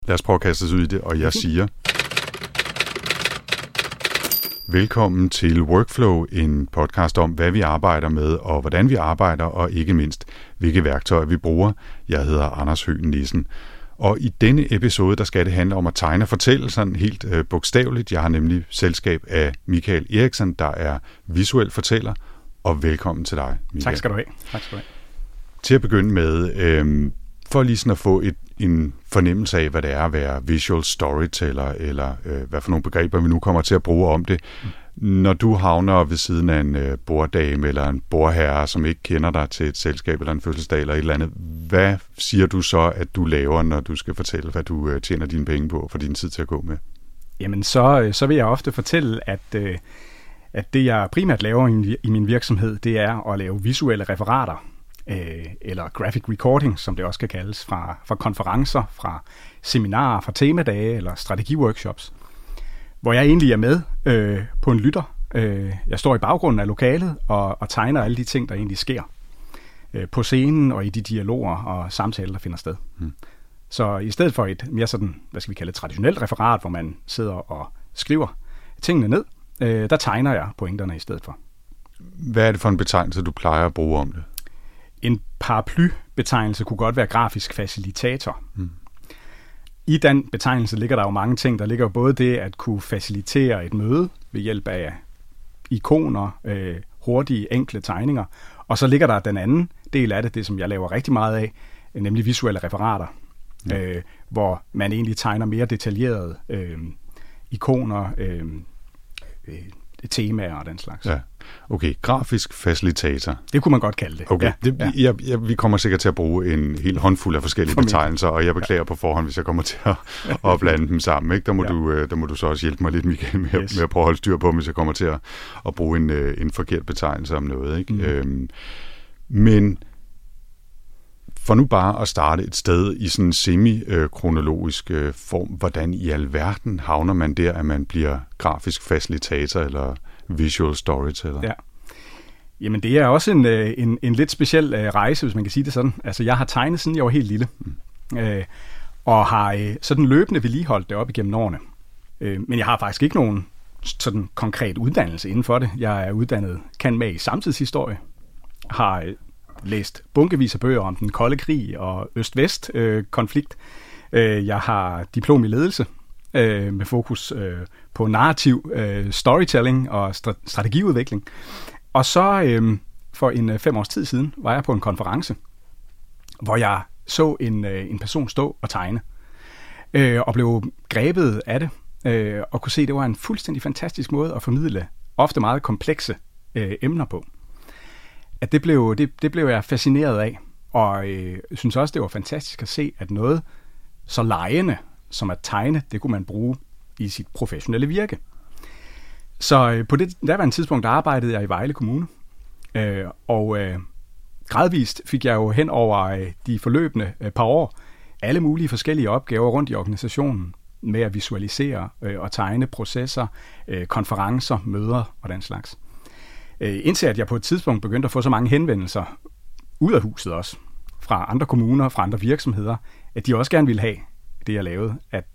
Lad os prøve at kaste os ud i det, og jeg siger... Velkommen til Workflow, en podcast om, hvad vi arbejder med, og hvordan vi arbejder, og ikke mindst, hvilke værktøjer vi bruger. Jeg hedder Anders Høgh Nissen. Og i denne episode, der skal det handle om at tegne og fortælle sådan helt bogstaveligt. Jeg har nemlig selskab af Michael Eriksen, der er visuel fortæller, og velkommen til dig, Michael. Tak skal du have. Tak skal du have. Til at begynde med, for lige sådan at få en fornemmelse af, hvad det er at være visual storyteller, eller hvad for nogle begreber vi nu kommer til at bruge om det. Når du havner ved siden af en borddame eller en bordherre, som ikke kender dig til et selskab eller en fødselsdag eller et eller andet, hvad siger du så, at du laver, når du skal fortælle, hvad du tjener dine penge på for din tid til at gå med? Jamen, så vil jeg ofte fortælle, at det, jeg primært laver i min virksomhed, det er at lave visuelle referater, eller graphic recording, som det også kan kaldes, fra konferencer, fra seminarer, fra temadage eller strategiworkshops, hvor jeg egentlig er med på en lytter. Jeg står i baggrunden af lokalet og tegner alle de ting, der egentlig sker på scenen og i de dialoger og samtaler, der finder sted. Så i stedet for et mere sådan, hvad skal vi kalde et traditionelt referat, hvor man sidder og skriver tingene ned, der tegner jeg pointerne i stedet for. Hvad er det for en betegnelse, du plejer at bruge om det? En paraplybetegnelse kunne godt være grafisk facilitator. I den betegnelse ligger der jo mange ting. Der ligger jo både det at kunne facilitere et møde ved hjælp af ikoner, hurtige, enkle tegninger. Og så ligger der den anden del af det som jeg laver rigtig meget af, nemlig visuelle referater, hvor man egentlig tegner mere detaljerede ikoner, temaer og den slags. Ja. Okay, grafisk facilitator. Det kunne man godt kalde det. Okay, ja. Vi kommer sikkert til at bruge en hel håndfuld af forskellige betegnelser, og jeg beklager på forhånd, hvis jeg kommer til at blande dem sammen. Ikke? Der må du så også hjælpe mig lidt, Michael, med at prøve at holde styr på, hvis jeg kommer til at bruge en forkert betegnelse om noget. Ikke? Men for nu bare at starte et sted i sådan en semi-kronologisk form, hvordan i alverden havner man der, at man bliver grafisk facilitator eller visual storyteller? Ja. Jamen det er også en lidt speciel rejse, hvis man kan sige det sådan. Altså jeg har tegnet siden jeg var helt lille, og har sådan løbende vedligeholdt det op igennem årene. Men jeg har faktisk ikke nogen sådan konkret uddannelse inden for det. Jeg er uddannet cand.mag i samtidshistorie, har læst bunkevis af bøger om den kolde krig og øst-vest-konflikt. Jeg har diplom i ledelse med fokus på narrativ storytelling og strategiudvikling. Og så for 5 års tid siden var jeg på en konference, hvor jeg så en person stå og tegne, og blev grebet af det, og kunne se, at det var en fuldstændig fantastisk måde at formidle ofte meget komplekse emner på. At det blev jeg fascineret af, og synes også, det var fantastisk at se, at noget så legende som at tegne, det kunne man bruge i sit professionelle virke. Så på det daværende tidspunkt, der arbejdede jeg i Vejle Kommune, og gradvist fik jeg jo hen over de forløbende par år alle mulige forskellige opgaver rundt i organisationen med at visualisere og tegne processer, konferencer, møder og den slags. Indtil at jeg på et tidspunkt begyndte at få så mange henvendelser ud af huset også, fra andre kommuner, fra andre virksomheder, at de også gerne ville have det, jeg lavede, at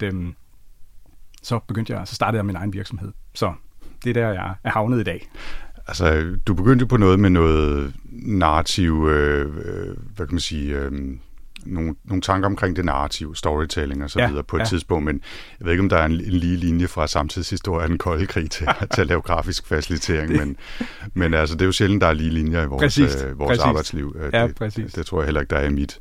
så startede jeg min egen virksomhed. Så det er der, jeg er havnet i dag. Altså, du begyndte på noget med noget narrativ, hvad kan man sige, nogle tanker omkring det narrativ, storytelling og så videre på et tidspunkt, men jeg ved ikke, om der er en lige linje fra samtidshistorie af den kolde krig til at lave grafisk facilitering, men altså, det er jo sjældent, der er lige linjer i vores arbejdsliv. Det tror jeg heller ikke, der er i mit.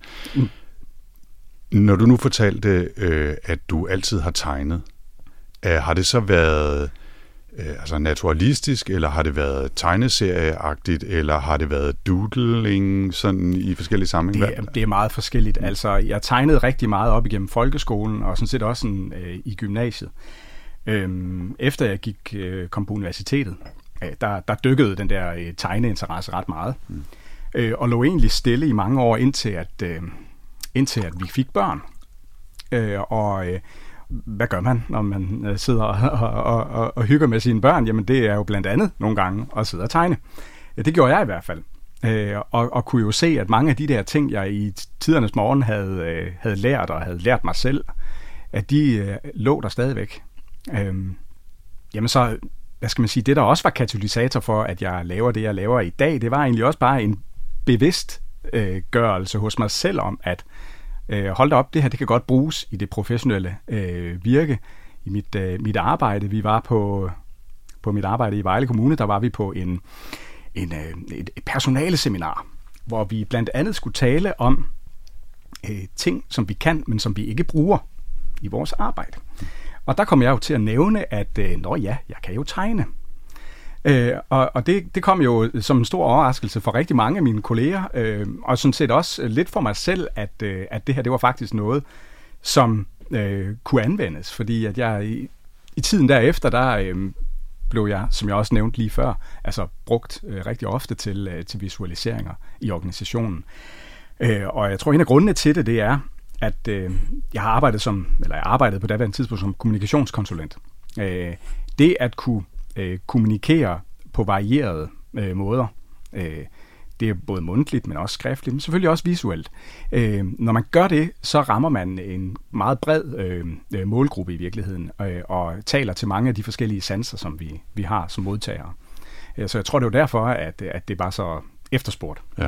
Når du nu fortalte, at du altid har tegnet, har det så været altså naturalistisk, eller har det været tegneserieagtigt, eller har det været doodling sådan i forskellige sammenhænge? Det er meget forskelligt. Altså, jeg tegnede rigtig meget op igennem folkeskolen, og sådan set også i gymnasiet. Efter jeg kom på universitetet, der dykkede den der tegneinteresse ret meget, og lå egentlig stille i mange år, indtil at vi fik børn. Hvad gør man, når man sidder og hygger med sine børn? Jamen, det er jo blandt andet nogle gange at sidde og tegne. Det gjorde jeg i hvert fald. Og kunne jo se, at mange af de der ting, jeg i tidernes morgen havde lært og havde lært mig selv, at de lå der stadigvæk. Jamen så, hvad skal man sige, det der også var katalysator for, at jeg laver det, jeg laver i dag, det var egentlig også bare en bevidst gørelse hos mig selv om, at hold da op, det her, det kan godt bruges i det professionelle virke. I mit arbejde, vi var på mit arbejde i Vejle Kommune, der var vi på et personaleseminar, hvor vi blandt andet skulle tale om ting, som vi kan, men som vi ikke bruger i vores arbejde. Og der kom jeg jo til at nævne, at jeg kan jo tegne. Og det kom jo som en stor overraskelse for rigtig mange af mine kolleger, og sådan set også lidt for mig selv, at det her, det var faktisk noget, som kunne anvendes, fordi at jeg i tiden derefter, der blev jeg, som jeg også nævnte lige før, altså brugt rigtig ofte til visualiseringer i organisationen. Og jeg tror, en af grundene til det er, at jeg arbejdede på daværende tidspunkt som kommunikationskonsulent. Det at kunne kommunikere på varierede måder, det er både mundtligt, men også skriftligt, men selvfølgelig også visuelt. Når man gør det, så rammer man en meget bred målgruppe i virkeligheden, og taler til mange af de forskellige sanser, som vi har som modtagere. Så jeg tror, det er jo derfor, at det er bare så efterspurgt. Ja.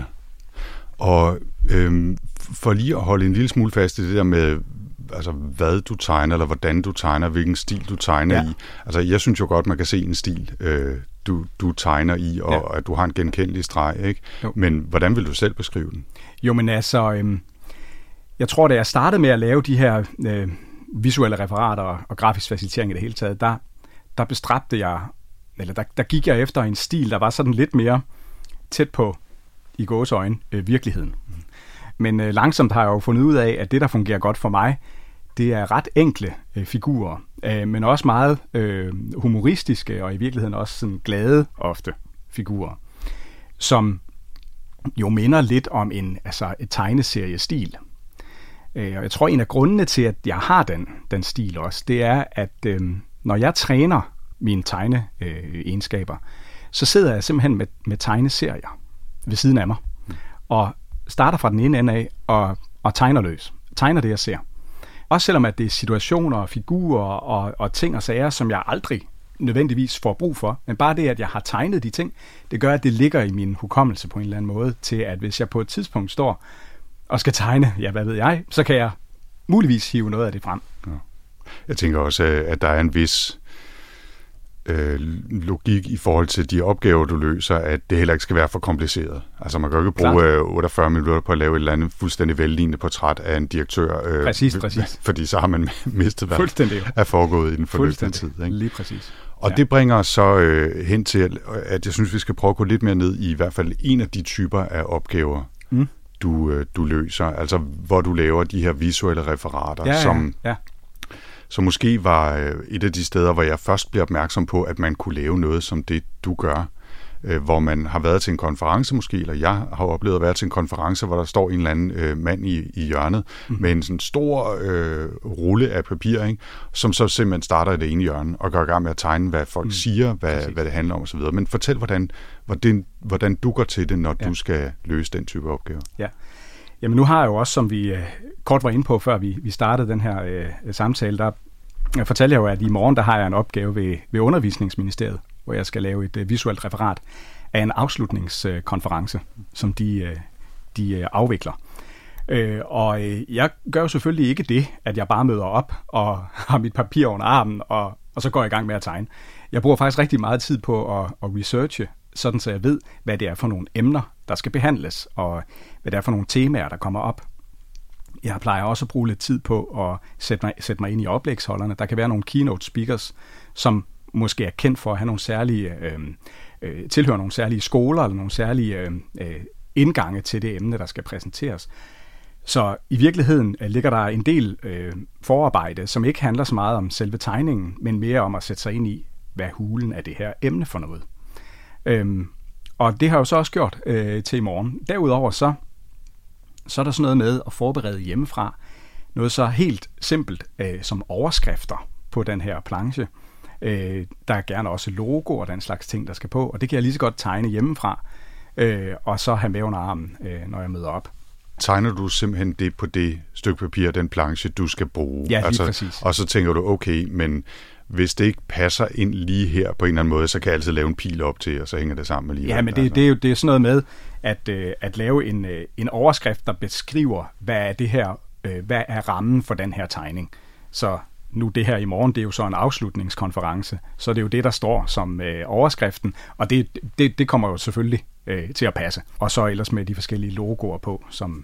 Og for lige at holde en lille smule fast i det der med, altså hvad du tegner, eller hvordan du tegner, hvilken stil du tegner i. Altså jeg synes jo godt, man kan se en stil, du tegner i, og at du har en genkendelig streg, ikke? Jo. Men hvordan vil du selv beskrive den? Jo, men altså, jeg tror, da jeg startede med at lave de her visuelle referater og grafisk facilitering i det hele taget, der bestræbte jeg, eller der gik jeg efter en stil, der var sådan lidt mere tæt på, i gåseøjne, virkeligheden. Men langsomt har jeg jo fundet ud af, at det, der fungerer godt for mig, det er ret enkle figurer, men også meget humoristiske, og i virkeligheden også sådan glade ofte figurer, som jo minder lidt om et tegneseriestil. Og jeg tror, en af grundene til, at jeg har den stil også, det er, at når jeg træner mine tegneegenskaber, så sidder jeg simpelthen med tegneserier ved siden af mig, og starter fra den ene ende af og tegner løs. Tegner det, jeg ser. Også selvom at det er situationer, figurer og ting og sager, som jeg aldrig nødvendigvis får brug for. Men bare det, at jeg har tegnet de ting, det gør, at det ligger i min hukommelse på en eller anden måde, til at hvis jeg på et tidspunkt står og skal tegne, hvad ved jeg, så kan jeg muligvis hive noget af det frem. Ja. Jeg tænker også, at der er en vis logik i forhold til de opgaver, du løser, at det heller ikke skal være for kompliceret. Altså man kan jo ikke bruge 48 minutter på at lave et eller andet fuldstændig vellignende portræt af en direktør. Præcis. Fordi så har man mistet, hvad er foregået i den forløbende tid. Ikke? Lige præcis. Og det bringer os så hen til, at jeg synes, vi skal prøve at gå lidt mere ned i hvert fald en af de typer af opgaver, du løser. Altså hvor du laver de her visuelle referater, som måske var et af de steder, hvor jeg først blev opmærksom på, at man kunne lave noget som det, du gør. Hvor man har været til en konference måske, eller jeg har oplevet at være til en konference, hvor der står en eller anden mand i hjørnet med en sådan stor rulle af papir, ikke? Som så simpelthen starter i det ene hjørne og går i gang med at tegne, hvad folk siger, hvad det handler om osv. Men fortæl, hvordan du går til det, når du skal løse den type opgaver. Ja. Jamen nu har jeg jo også, som vi kort var inde på, før vi startede den her samtale, der fortalte jeg jo, at i morgen, der har jeg en opgave ved Undervisningsministeriet, hvor jeg skal lave et visuelt referat af en afslutningskonference, som de afvikler. Og jeg gør jo selvfølgelig ikke det, at jeg bare møder op og har mit papir under armen, og så går jeg i gang med at tegne. Jeg bruger faktisk rigtig meget tid på at researche, sådan så jeg ved, hvad det er for nogle emner, der skal behandles, og hvad det er for nogle temaer, der kommer op. Jeg plejer også at bruge lidt tid på at sætte mig ind i oplægsholderne. Der kan være nogle keynote speakers, som måske er kendt for at have nogle særlige, tilhører nogle særlige skoler, eller nogle særlige indgange til det emne, der skal præsenteres. Så i virkeligheden ligger der en del forarbejde, som ikke handler så meget om selve tegningen, men mere om at sætte sig ind i, hvad hulen er det her emne for noget. Og det har jeg jo så også gjort til i morgen. Derudover så er der sådan noget med at forberede hjemmefra. Noget så helt simpelt som overskrifter på den her planche. Der er gerne også logoer og den slags ting, der skal på. Og det kan jeg lige så godt tegne hjemmefra, og så have med under armen, når jeg møder op. tegner du simpelthen det på det stykke papir, den planche, du skal bruge. Ja, lige præcis. Og så tænker du, okay, men hvis det ikke passer ind lige her på en eller anden måde, så kan jeg altid lave en pil op til, og så hænger det sammen alligevel. Ja, men det er sådan noget med at lave en overskrift, der beskriver, hvad er det her, hvad er rammen for den her tegning. Så nu det her i morgen, det er jo så en afslutningskonference, så det er jo det, der står som overskriften, og det kommer jo selvfølgelig til at passe. Og så ellers med de forskellige logoer på, som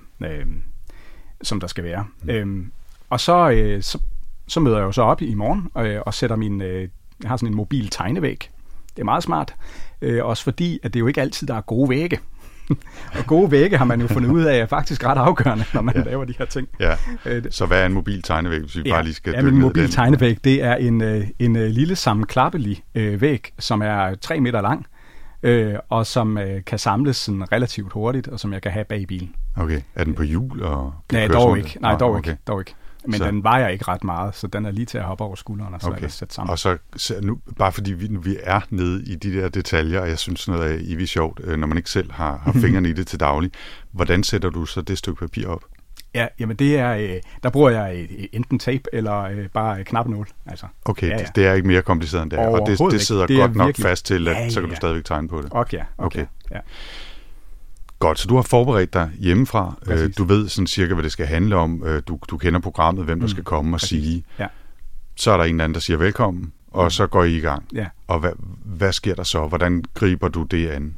der skal være. Og så møder jeg jo så op i morgen og sætter jeg har sådan en mobil tegnevæg. Det er meget smart, også fordi, at det er jo ikke altid, der er gode vægge. Og gode vægge har man jo fundet ud af er faktisk ret afgørende, når man laver de her ting. Ja. Så hvad er en mobil tegnevæg, hvis vi bare lige skal dykke ned? En mobil den? Tegnevæg, det er en lille sammenklappelig væg, som er 3 meter lang, og som kan samles sådan relativt hurtigt, og som jeg kan have bag i bilen. Okay. Er den på hjul? Nej, dog ikke. Men så den vejer ikke ret meget, så den er lige til at hoppe over skulderen og så er sætte sammen. Og så nu, bare fordi vi er nede i de der detaljer, og jeg synes sådan noget er evigt sjovt, når man ikke selv har fingrene i det til daglig. Hvordan sætter du så det stykke papir op? Ja, jamen det er, der bruger jeg enten tape eller bare knappenål. Altså. Okay, ja. Det er ikke mere kompliceret end det er, og det sidder det godt nok fast til, at så kan du stadigvæk tegne på det. Okay. Ja. Godt, så du har forberedt dig hjemmefra. Du ved sådan cirka, hvad det skal handle om. Du kender programmet, hvem der skal komme og sige. Ja. Så er der en eller anden, der siger velkommen, og så går I gang. Ja. Og hvad sker der så? Hvordan griber du det an?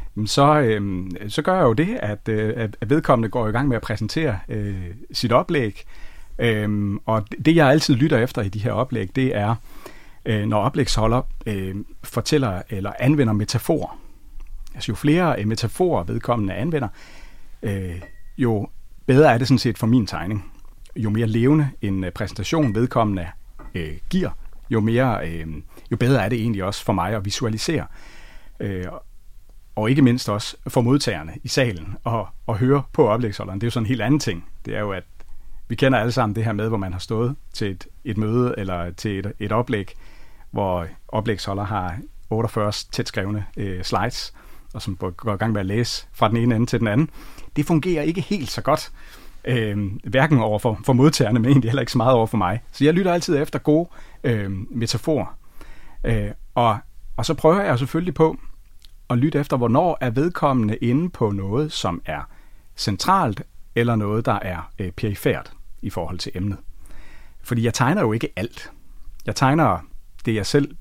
Så gør jeg jo det, at vedkommende går i gang med at præsentere sit oplæg. Og det, jeg altid lytter efter i de her oplæg, det er, når oplægsholder fortæller eller anvender metaforer. Altså jo flere metaforer vedkommende anvender, jo bedre er det sådan set for min tegning. Jo mere levende en præsentation vedkommende giver, jo bedre er det egentlig også for mig at visualisere. Og ikke mindst også for modtagerne i salen og høre på oplægsholderen. Det er jo sådan en helt anden ting. Det er jo, at vi kender alle sammen det her med, hvor man har stået til et møde eller til et oplæg, hvor oplægsholder har 48 tætskrevne slides, og som går i gang med at læse fra den ene ende til den anden. Det fungerer ikke helt så godt, hverken over for modtagerne, men egentlig heller ikke så meget over for mig. Så jeg lytter altid efter gode metaforer. Og så prøver jeg selvfølgelig på at lytte efter, hvornår er vedkommende inde på noget, som er centralt, eller noget, der er perifert i forhold til emnet. Fordi jeg tegner jo ikke alt. Jeg tegner det, jeg selv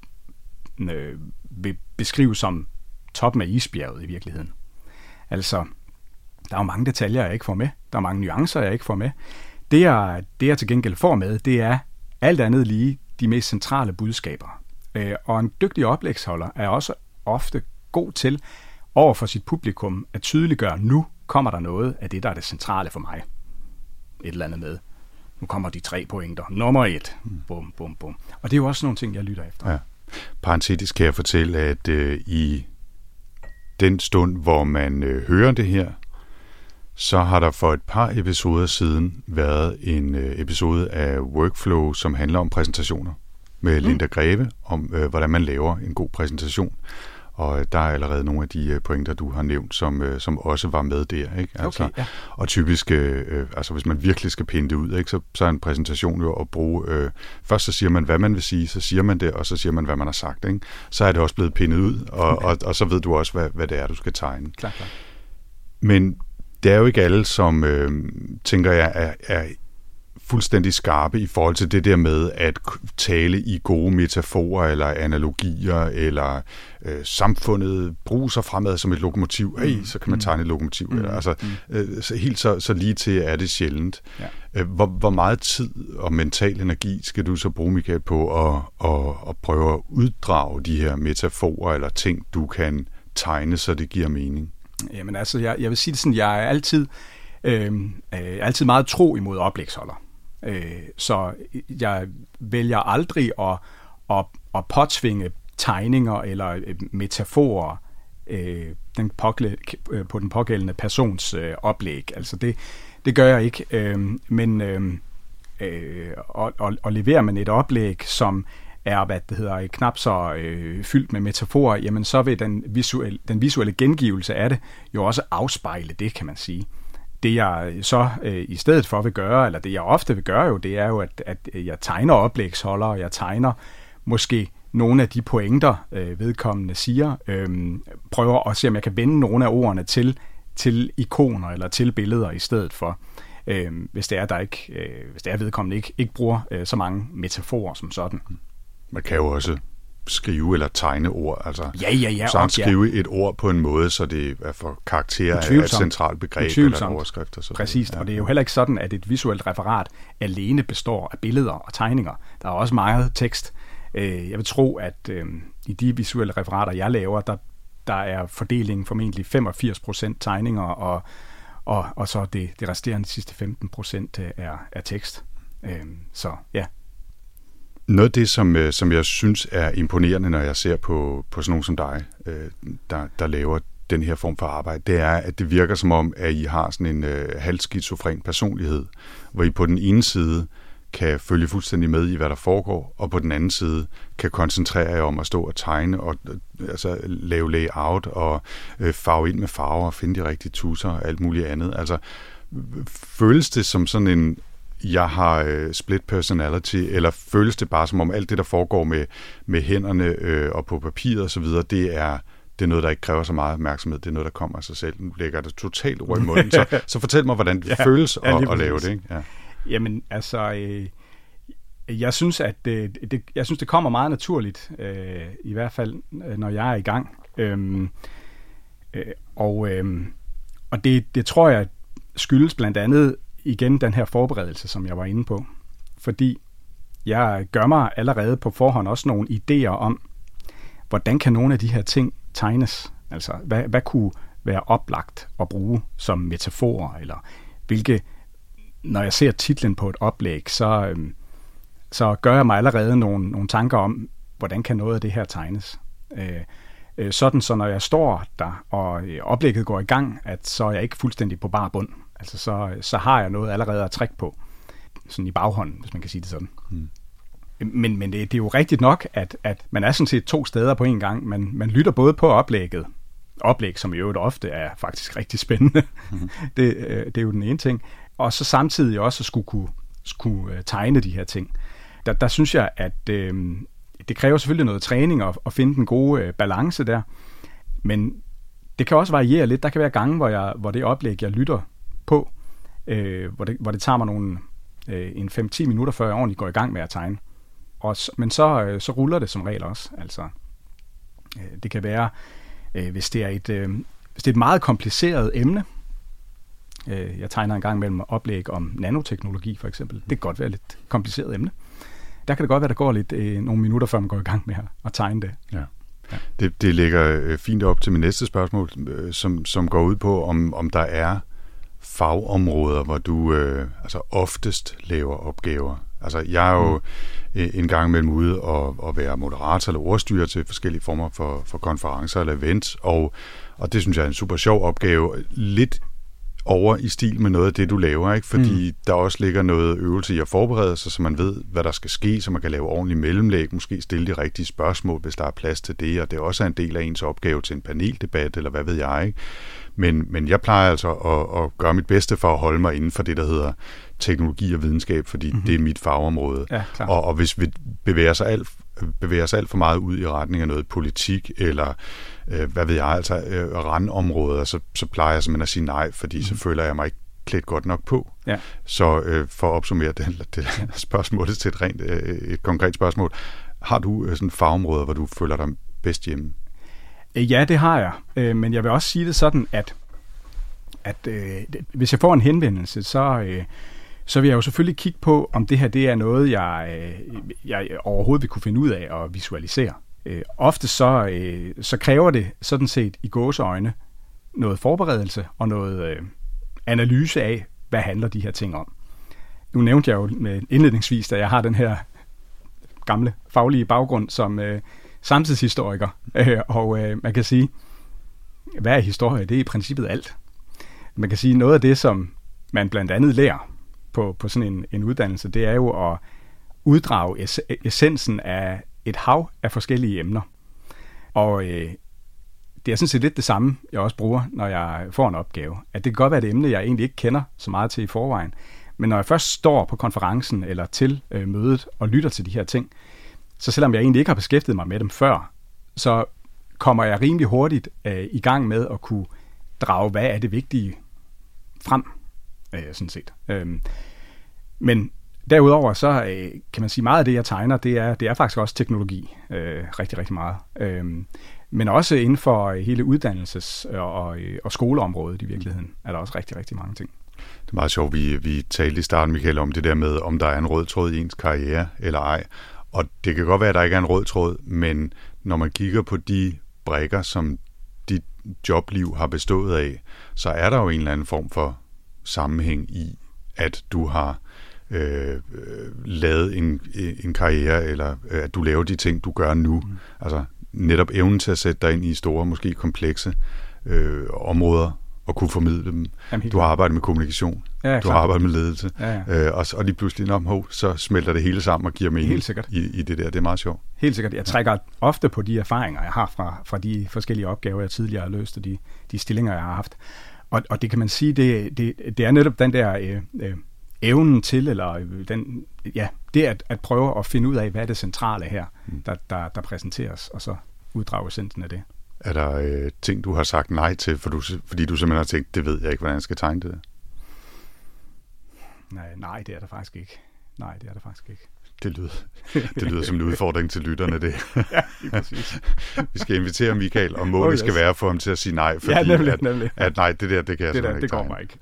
vil beskrive som toppen af isbjerget i virkeligheden. Altså, der er jo mange detaljer, jeg ikke får med. Der er mange nuancer, jeg ikke får med. Det jeg til gengæld får med, det er alt andet lige de mest centrale budskaber. Og en dygtig oplægsholder er også ofte god til over for sit publikum at tydeliggøre, nu kommer der noget af det, der er det centrale for mig. Et eller andet med. Nu kommer de 3 pointer. Nummer 1. Bum, bum, bum. Og det er jo også nogle ting, jeg lytter efter. Ja. Parentetisk kan jeg fortælle, at i den stund, hvor man hører det her, så har der for et par episoder siden været en episode af Workflow, som handler om præsentationer med Linda Greve, om hvordan man laver en god præsentation. Og der er allerede nogle af de pointer, du har nævnt, som også var med der. Ikke? Altså, okay, ja. Og typisk, altså hvis man virkelig skal pinde det ud, ikke, så er en præsentation jo at bruge... først så siger man, hvad man vil sige, så siger man det, og så siger man, hvad man har sagt. Ikke? Så er det også blevet pindet ud, og så ved du også, hvad det er, du skal tegne. Klar. Men det er jo ikke alle, som tænker jeg er fuldstændig skarpe i forhold til det der med at tale i gode metaforer eller analogier, eller samfundet bruger sig fremad som et lokomotiv. Hey, så kan man tegne et lokomotiv. Helt så lige til er det sjældent. Ja. Hvor meget tid og mental energi skal du så bruge, Michael, på at prøve at uddrage de her metaforer eller ting, du kan tegne, så det giver mening? Jamen altså, jeg vil sige det sådan, jeg er altid meget tro imod oplægsholder. Så jeg vælger aldrig at påtvinge tegninger eller metaforer på den pågældende persons oplæg. Altså det gør jeg ikke. Og leverer man et oplæg, som er knap så fyldt med metaforer, jamen så vil den visuelle gengivelse af det jo også afspejle det, kan man sige. Det jeg så i stedet for vil gøre, eller det jeg ofte vil gøre jo, det er jo, at jeg tegner oplægsholder, og jeg tegner måske nogle af de pointer, vedkommende siger, prøver at se, om jeg kan vende nogle af ordene til ikoner eller til billeder i stedet for, hvis det er vedkommende ikke bruger så mange metaforer som sådan. Man kan jo også skrive eller tegne ord, altså så skrive et ord på en måde, så det er for karakter af et centralt begreb eller en overskrift. Og så præcis, og det er jo heller ikke sådan, at et visuelt referat alene består af billeder og tegninger. Der er også meget tekst. Jeg vil tro, at i de visuelle referater, jeg laver, der er fordelingen formentlig 85% tegninger, og så det resterende sidste 15% er tekst. Så ja. Noget af det, som jeg synes er imponerende, når jeg ser på sådan nogen som dig, der laver den her form for arbejde, det er, at det virker som om, at I har sådan en halvskizofren personlighed, hvor I på den ene side kan følge fuldstændig med i, hvad der foregår, og på den anden side kan koncentrere jer om at stå og tegne, og altså lave layout, og farve ind med farver, og finde de rigtige tusser og alt muligt andet. Altså, føles det som sådan en jeg har split personality, eller føles det bare som om alt det, der foregår med hænderne og på papiret og så videre, det er noget, der ikke kræver så meget opmærksomhed, det er noget, der kommer af sig selv. Nu lægger det totalt ord i munden, så fortæl mig, hvordan det føles at lave det. Ikke? Ja. Jamen, altså, jeg synes, at det kommer meget naturligt, i hvert fald, når jeg er i gang. Og det tror jeg skyldes blandt andet igen den her forberedelse, som jeg var inde på. Fordi jeg gør mig allerede på forhånd også nogle idéer om, hvordan kan nogle af de her ting tegnes? Altså, hvad kunne være oplagt at bruge som metaforer? Eller når jeg ser titlen på et oplæg, så gør jeg mig allerede nogle tanker om, hvordan kan noget af det her tegnes? Sådan, så når jeg står der, og oplægget går i gang, at så er jeg ikke fuldstændig på bar bund. Altså, så har jeg noget allerede at trække på, sådan i baghånden, hvis man kan sige det sådan. Men det er jo rigtigt nok, at man er sådan set 2 steder på en gang. Man lytter både på oplæg, som i øvrigt ofte er faktisk rigtig spændende. Det er jo den ene ting. Og så samtidig også skulle tegne de her ting. Der synes jeg, at det kræver selvfølgelig noget træning at finde den gode balance der. Men det kan også variere lidt. Der kan være gange, hvor det oplæg, jeg lytter på, hvor det tager mig en 5-10 minutter, før jeg ordentligt går i gang med at tegne. Men så ruller det som regel også. Altså, det kan være, hvis det er et meget kompliceret emne. Jeg tegner en gang mellem oplæg om nanoteknologi, for eksempel. Det kan godt være et lidt kompliceret emne. Der kan det godt være, der går lidt nogle minutter, før man går i gang med at tegne det. Ja. Det lægger fint op til mit næste spørgsmål, som går ud på, om der er fagområder, hvor du oftest laver opgaver. Altså, jeg er jo en gang imellem ude og være moderator eller ordstyrer til forskellige former for konferencer eller events, og det synes jeg er en super sjov opgave. Lidt over i stil med noget af det, du laver, ikke? Fordi der også ligger noget øvelse i at forberede sig, så man ved, hvad der skal ske, så man kan lave ordentligt mellemlæg, måske stille de rigtige spørgsmål, hvis der er plads til det, og det er også en del af ens opgave til en paneldebat, eller hvad ved jeg, ikke? Men jeg plejer altså at gøre mit bedste for at holde mig inden for det, der hedder teknologi og videnskab, fordi det er mit fagområde. Ja, og hvis vi bevæger os alt for meget ud i retning af noget politik, eller hvad ved jeg, altså randområder, så plejer jeg simpelthen at sige nej, fordi så føler jeg mig ikke klædt godt nok på. Ja. Så for at opsummere det spørgsmålet til et konkret spørgsmål, har du sådan fagområder, hvor du føler dig bedst hjemme? Ja, det har jeg. Men jeg vil også sige det sådan, at hvis jeg får en henvendelse, så vil jeg jo selvfølgelig kigge på, om det her det er noget, jeg overhovedet vil kunne finde ud af at visualisere. Ofte så kræver det sådan set i gåseøjne noget forberedelse og noget analyse af, hvad handler de her ting om. Nu nævnte jeg jo indledningsvis, at jeg har den her gamle faglige baggrund som samtidshistoriker, og man kan sige, hvad er historie? Det er i princippet alt. Man kan sige, noget af det, som man blandt andet lærer på sådan en uddannelse, det er jo at uddrage essensen af et hav af forskellige emner. Og det er sådan set lidt det samme, jeg også bruger, når jeg får en opgave. At det kan godt være et emne, jeg egentlig ikke kender så meget til i forvejen. Men når jeg først står på konferencen eller til mødet og lytter til de her ting, så selvom jeg egentlig ikke har beskæftiget mig med dem før, så kommer jeg rimelig hurtigt i gang med at kunne drage, hvad er det vigtige frem, sådan set. Men derudover, så kan man sige, meget af det, jeg tegner, det er faktisk også teknologi, rigtig, rigtig meget. Men også inden for hele uddannelses- og skoleområdet i virkeligheden, er der også rigtig, rigtig mange ting. Det er meget sjovt, vi talte i starten, Michael, om det der med, om der er en rød tråd i ens karriere eller ej. Og det kan godt være, at der ikke er en rød tråd, men når man kigger på de brikker, som dit jobliv har bestået af, så er der jo en eller anden form for sammenhæng i, at du har lavet en karriere, eller at du laver de ting, du gør nu. Altså netop evnen til at sætte dig ind i store, måske komplekse områder, og kunne formidle dem. Jamen, du har arbejdet med kommunikation, du har arbejdet med ledelse, og lige pludselig, så smelter det hele sammen og giver mening i det der. Det er meget sjovt. Helt sikkert. Jeg trækker ofte på de erfaringer, jeg har fra de forskellige opgaver, jeg tidligere har løst, og de stillinger, jeg har haft. Og det kan man sige, det er netop den der evnen til, eller det at prøve at finde ud af, hvad er det centrale her, der præsenteres, og så uddrage essensen af det. Er der ting, du har sagt nej til, fordi du simpelthen har tænkt, det ved jeg ikke, hvordan jeg skal tegne det? Nej, det er der faktisk ikke. Det lyder som en udfordring til lytterne, det. Ja, lige præcis. Vi skal invitere Michael, og målet skal være for ham til at sige nej, fordi nemlig. At nej, det kan jeg simpelthen ikke det går mig ikke.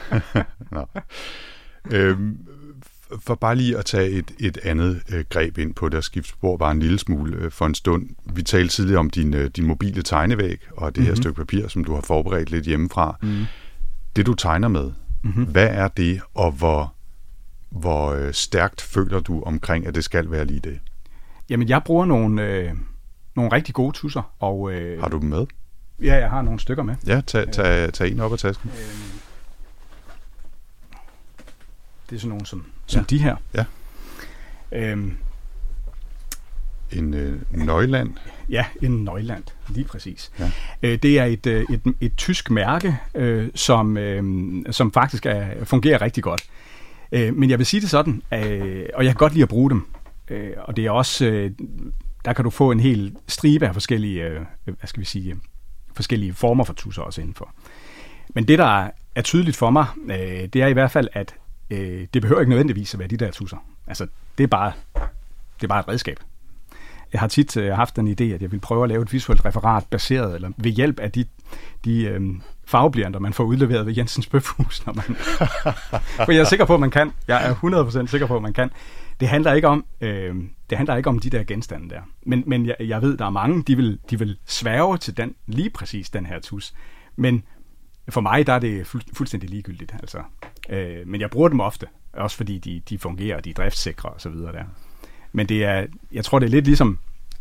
Ja. For bare lige at tage et andet greb ind på det, og skifte spor bare en lille smule for en stund. Vi talte tidligere om din mobile tegnevæg, og det her stykke papir, som du har forberedt lidt hjemmefra. Det, du tegner med, hvad er det, og hvor stærkt føler du omkring, at det skal være lige det? Jamen, jeg bruger nogle rigtig gode tusser. Og, har du dem med? Ja, jeg har nogle stykker med. Ja, tag en op af tasken. Det er sådan nogle som de her. Ja. En Neuland? Ja, en Neuland, lige præcis. Ja. Det er et tysk mærke, som faktisk fungerer rigtig godt. Men jeg vil sige det sådan, og jeg kan godt lide at bruge dem. Og det er også, der kan du få en hel stribe af forskellige, forskellige former for tusser også indenfor. Men det, der er tydeligt for mig, det er i hvert fald, at det behøver ikke nødvendigvis at være de der tusser. Altså, det er bare et redskab. Jeg har tit haft den idé, at jeg vil prøve at lave et visuelt referat baseret, eller ved hjælp af de farveblyanter, man får udleveret ved Jensens Bøfhus. For jeg er sikker på, at man kan. Jeg er 100% sikker på, at man kan. Det handler ikke om de der genstande der. Men jeg ved, der er mange, de vil sværge til lige præcis den her tus. Men for mig, der er det fuldstændig ligegyldigt. Altså. Men jeg bruger dem ofte, også fordi de fungerer, de er driftssikre og så videre der. Men jeg tror, det er lidt ligesom,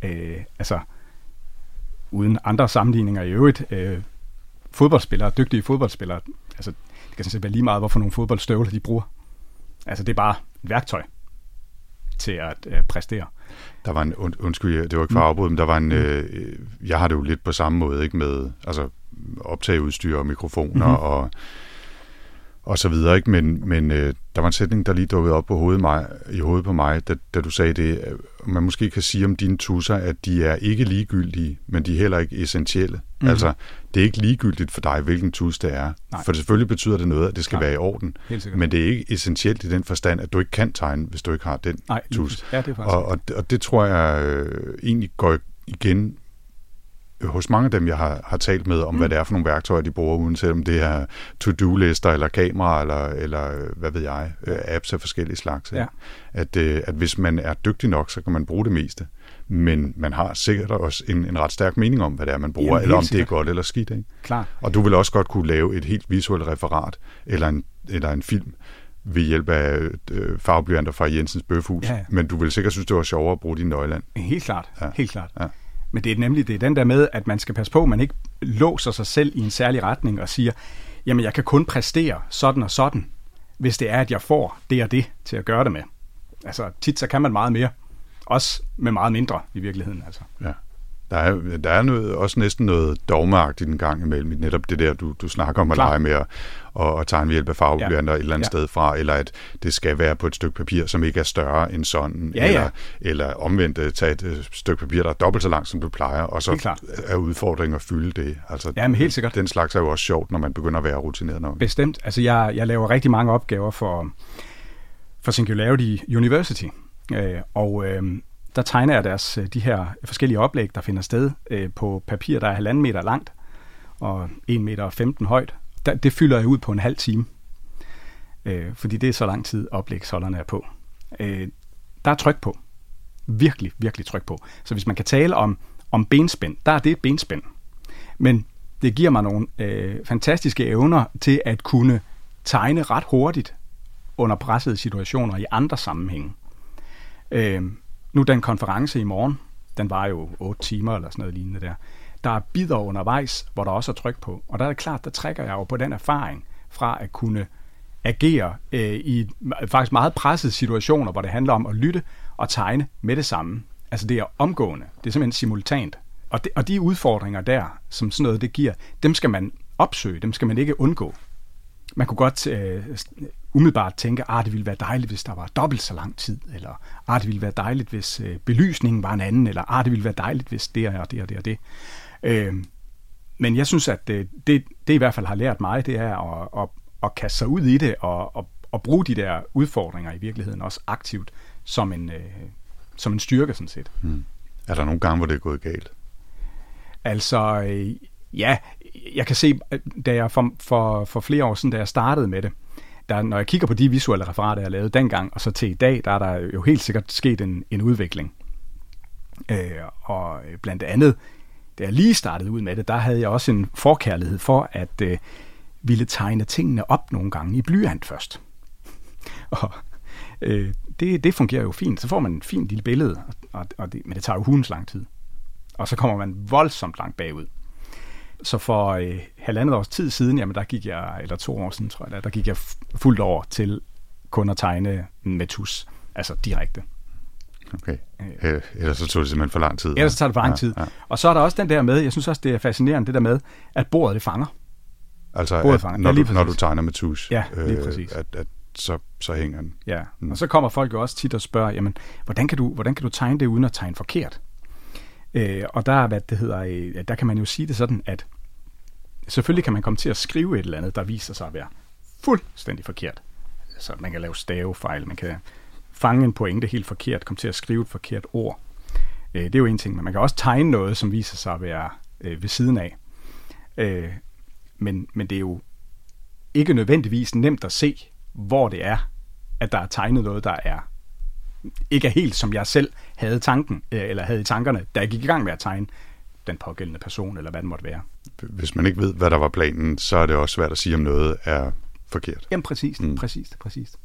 uden andre sammenligninger i øvrigt, fodboldspillere, dygtige fodboldspillere, altså det kan sådan set være lige meget, hvorfor nogle fodboldstøvler de bruger. Altså det er bare et værktøj til at præstere. Der var en, undskyld, det var ikke for afbrud, men der var en, jeg har det jo lidt på samme måde, ikke, med optageudstyr og mikrofoner og så videre, ikke? Men der var en sætning, der lige dukkede op i hovedet på mig, da du sagde det. Man måske kan sige om dine tusser, at de er ikke ligegyldige, men de er heller ikke essentielle. Altså, det er ikke ligegyldigt for dig, hvilken tus det er. Nej. For selvfølgelig betyder det noget, at det skal være i orden. Men det er ikke essentielt i den forstand, at du ikke kan tegne, hvis du ikke har den tus. Ja, det er og det tror jeg egentlig går igen hos mange af dem, jeg har talt med om, hvad det er for nogle værktøjer, de bruger, uanset om det er to-do-lister, eller kameraer, eller hvad ved jeg, apps af forskellige slags. Ja. At hvis man er dygtig nok, så kan man bruge det meste. Men man har sikkert også en ret stærk mening om, hvad det er, man bruger, eller om det er godt eller skidt. Ikke? Klar. Og du vil også godt kunne lave et helt visuelt referat, eller en film, ved hjælp af farveblyanter fra Jensens Bøfhus. Ja. Men du vil sikkert synes, det var sjovere at bruge din Neuland. Helt klart. Ja. Men det er den der med, at man skal passe på, at man ikke låser sig selv i en særlig retning og siger, jamen jeg kan kun præstere sådan og sådan, hvis det er, at jeg får det og det til at gøre det med. Altså tit så kan man meget mere, også med meget mindre i virkeligheden. Altså. Ja. Der er noget, også næsten noget dogmeagtigt en gang imellem, netop det der, du snakker om at lege med og tegne ved hjælp af farveblyanter et eller andet sted fra, eller at det skal være på et stykke papir, som ikke er større end sådan, eller omvendt tage et stykke papir, der er dobbelt så langt, som du plejer, og så er udfordringen at fylde det. Altså, men helt sikkert. Den slags er jo også sjovt, når man begynder at være rutineret nok. Bestemt. Altså, jeg laver rigtig mange opgaver for Singularity University, og der tegner jeg de her forskellige oplæg, der finder sted på papir, der er 1,5 meter langt og 1,15 meter højt. Det fylder jeg ud på en halv time, fordi det er så lang tid oplægsholderne er på. Der er tryk på. Virkelig, virkelig tryk på. Så hvis man kan tale om benspænd, der er det et benspænd. Men det giver mig nogle fantastiske evner til at kunne tegne ret hurtigt under pressede situationer i andre sammenhænge. Nu den konference i morgen, den var jo 8 timer eller sådan noget lignende der. Der er bidder undervejs, hvor der også er tryk på. Og der er det klart, der trækker jeg jo på den erfaring fra at kunne agere i faktisk meget pressede situationer, hvor det handler om at lytte og tegne med det samme. Altså det er omgående. Det er simpelthen simultant. Og de udfordringer der, som sådan noget det giver, dem skal man opsøge, dem skal man ikke undgå. Man kunne godt umiddelbart tænke, det ville være dejligt, hvis der var dobbelt så lang tid, eller det ville være dejligt, hvis belysningen var en anden, eller det ville være dejligt, hvis det og det og det og det. Men jeg synes, at det i hvert fald har lært mig, det er at kaste sig ud i det, og bruge de der udfordringer i virkeligheden også aktivt som en styrke, sådan set. Er der nogle gange, hvor det er gået galt? Altså, ja, jeg kan se, da jeg for flere år siden, da jeg startede med det, når jeg kigger på de visuelle referater, jeg lavede dengang, og så til i dag, der er der jo helt sikkert sket en udvikling. Og blandt andet, da jeg lige startede ud med det, der havde jeg også en forkærlighed for at ville tegne tingene op nogle gange i blyant først. Og det fungerer jo fint. Så får man et fint lille billede, men det tager jo hundens lang tid. Og så kommer man voldsomt langt bagud. Så for 1,5 års tid siden, jamen der gik jeg, eller 2 år siden, tror jeg, der gik jeg fuldt over til kun at tegne med tus, altså direkte. Okay. Ellers så tog det simpelthen for lang tid. Ellers så tager det for lang tid. Ja. Og så er der også den der med, jeg synes også, det er fascinerende, det der med, at bordet det fanger. Altså, når du tegner med tus, at så hænger den. Ja, og så kommer folk jo også tit og spørger, jamen, hvordan kan du tegne det uden at tegne forkert? Og der kan man jo sige det sådan, at selvfølgelig kan man komme til at skrive et eller andet, der viser sig at være fuldstændig forkert. Så man kan lave stavefejl, man kan fange en pointe helt forkert, komme til at skrive et forkert ord. Det er jo en ting, men man kan også tegne noget, som viser sig at være ved siden af. Men det er jo ikke nødvendigvis nemt at se, hvor det er, at der er tegnet noget, der ikke er helt, som jeg selv havde i tankerne, da jeg gik i gang med at tegne den pågældende person, eller hvad det måtte være. Hvis man ikke ved, hvad der var planen, så er det også svært at sige, om noget er forkert. Jamen præcis.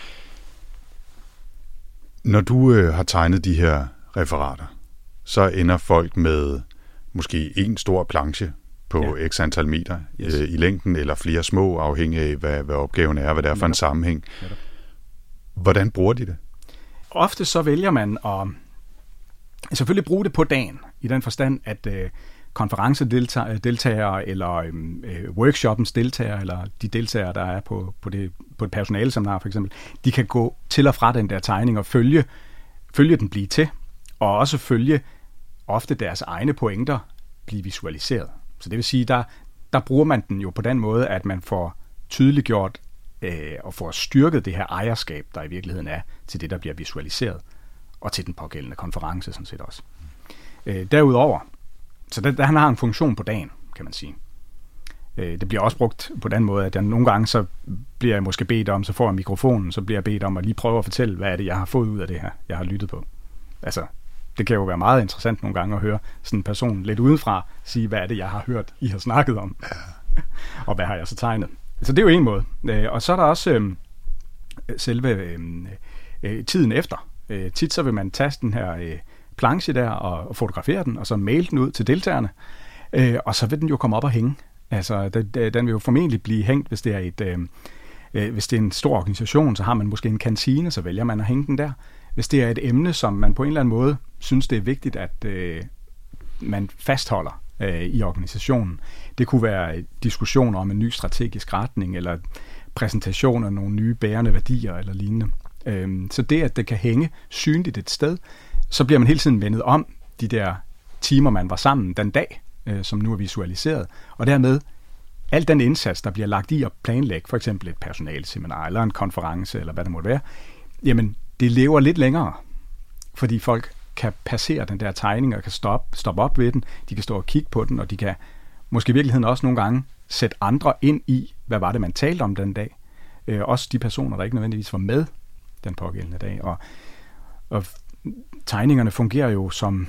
Når du har tegnet de her referater, så ender folk med måske en stor planche på x antal meter i længden, eller flere små, afhængig af, hvad opgaven er, hvad det er for en sammenhæng. Hvordan bruger de det? Ofte så vælger man at selvfølgelig bruge det på dagen, i den forstand, at konferencedeltagere, eller workshoppens deltagere, eller de deltagere, der er på et personaleseminar for eksempel, de kan gå til og fra den der tegning og følge den blive til, og også følge ofte deres egne pointer blive visualiseret. Så det vil sige, der bruger man den jo på den måde, at man får tydeliggjort og får styrket det her ejerskab, der i virkeligheden er til det, der bliver visualiseret, og til den pågældende konference sådan set også. Derudover, så der har en funktion på dagen, kan man sige. Det bliver også brugt på den måde, at jeg nogle gange så bliver jeg måske bedt om, så får jeg mikrofonen, så bliver jeg bedt om at lige prøve at fortælle, hvad er det, jeg har fået ud af det her, jeg har lyttet på. Altså, det kan jo være meget interessant nogle gange at høre sådan en person lidt udenfra sige, hvad er det, jeg har hørt, I har snakket om, og hvad har jeg så tegnet. Så det er jo en måde. Og så er der også selve tiden efter. Tit så vil man tage den her planche der og fotografere den, og så maile den ud til deltagerne, og så vil den jo komme op og hænge. Altså, den vil jo formentlig blive hængt, hvis det er hvis det er en stor organisation, så har man måske en kantine, så vælger man at hænge den der. Hvis det er et emne, som man på en eller anden måde synes, det er vigtigt, at man fastholder i organisationen. Det kunne være diskussioner om en ny strategisk retning, eller præsentation af nogle nye bærende værdier, eller lignende. Så det, at det kan hænge synligt et sted, så bliver man hele tiden vendet om de der timer, man var sammen den dag, som nu er visualiseret, og dermed al den indsats, der bliver lagt i at planlægge, for eksempel et personalseminar, eller en konference, eller hvad det måtte være, jamen, det lever lidt længere, fordi folk kan passere den der tegning, og kan stoppe op ved den, de kan stå og kigge på den, og de kan måske i virkeligheden også nogle gange sætte andre ind i, hvad var det, man talte om den dag. Også de personer, der ikke nødvendigvis var med den pågældende dag. Og tegningerne fungerer jo som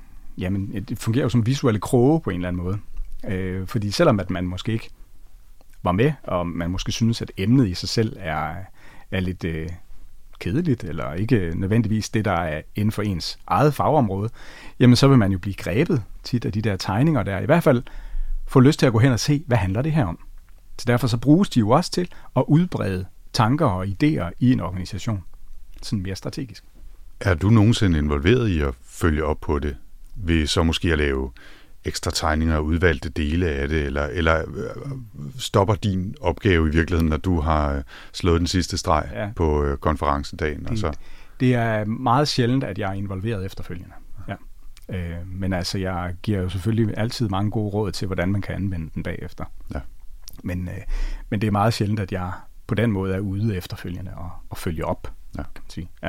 visuelle kroge på en eller anden måde. Fordi selvom at man måske ikke var med, og man måske synes, at emnet i sig selv er lidt kedeligt, eller ikke nødvendigvis det, der er inden for ens eget fagområde, jamen så vil man jo blive grebet tit af de der tegninger der. I hvert fald få lyst til at gå hen og se, hvad handler det her om. Så derfor så bruges de jo også til at udbrede tanker og idéer i en organisation. Sådan mere strategisk. Er du nogensinde involveret i at følge op på det? Ved så måske at lave ekstra tegninger og udvalgte dele af det, eller stopper din opgave i virkeligheden, når du har slået den sidste streg på konferencedagen? Det er meget sjældent, at jeg er involveret efterfølgende. Ja. Men altså, jeg giver jo selvfølgelig altid mange gode råd til, hvordan man kan anvende den bagefter. Ja. Men det er meget sjældent, at jeg på den måde er ude efterfølgende og følge op, kan man sige. Ja.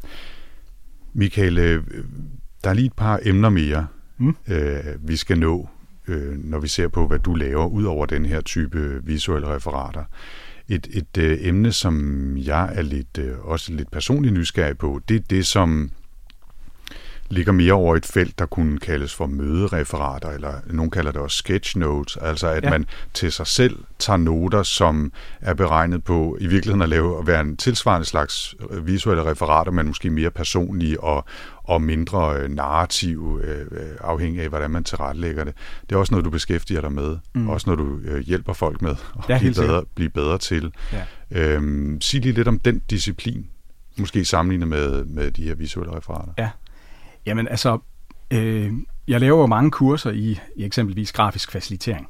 Michael, der er lige et par emner mere, vi skal nå, når vi ser på, hvad du laver, ud over den her type visuelle referater. Et emne, som jeg er også lidt personligt nysgerrig på, det er det, som ligger mere over et felt, der kunne kaldes for mødereferater, eller nogen kalder det også sketch notes, altså at man til sig selv tager noter, som er beregnet på i virkeligheden at være en tilsvarende slags visuelle referater, men måske mere personlige og mindre narrative, afhængig af, hvordan man tilrettelægger det. Det er også noget, du beskæftiger dig med, også når du hjælper folk med at blive bedre til. Ja. Sig lige lidt om den disciplin, måske sammenlignet med de her visuelle referater. Ja. Jamen altså, jeg laver jo mange kurser i eksempelvis grafisk facilitering,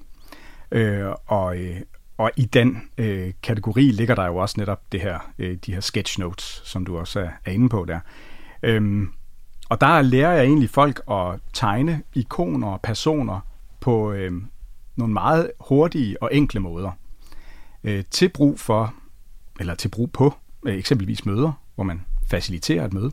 og i den kategori ligger der jo også netop de her sketch notes, som du også er inde på der. Og der lærer jeg egentlig folk at tegne ikoner og personer på nogle meget hurtige og enkle måder, til brug på eksempelvis møder, hvor man faciliterer et møde,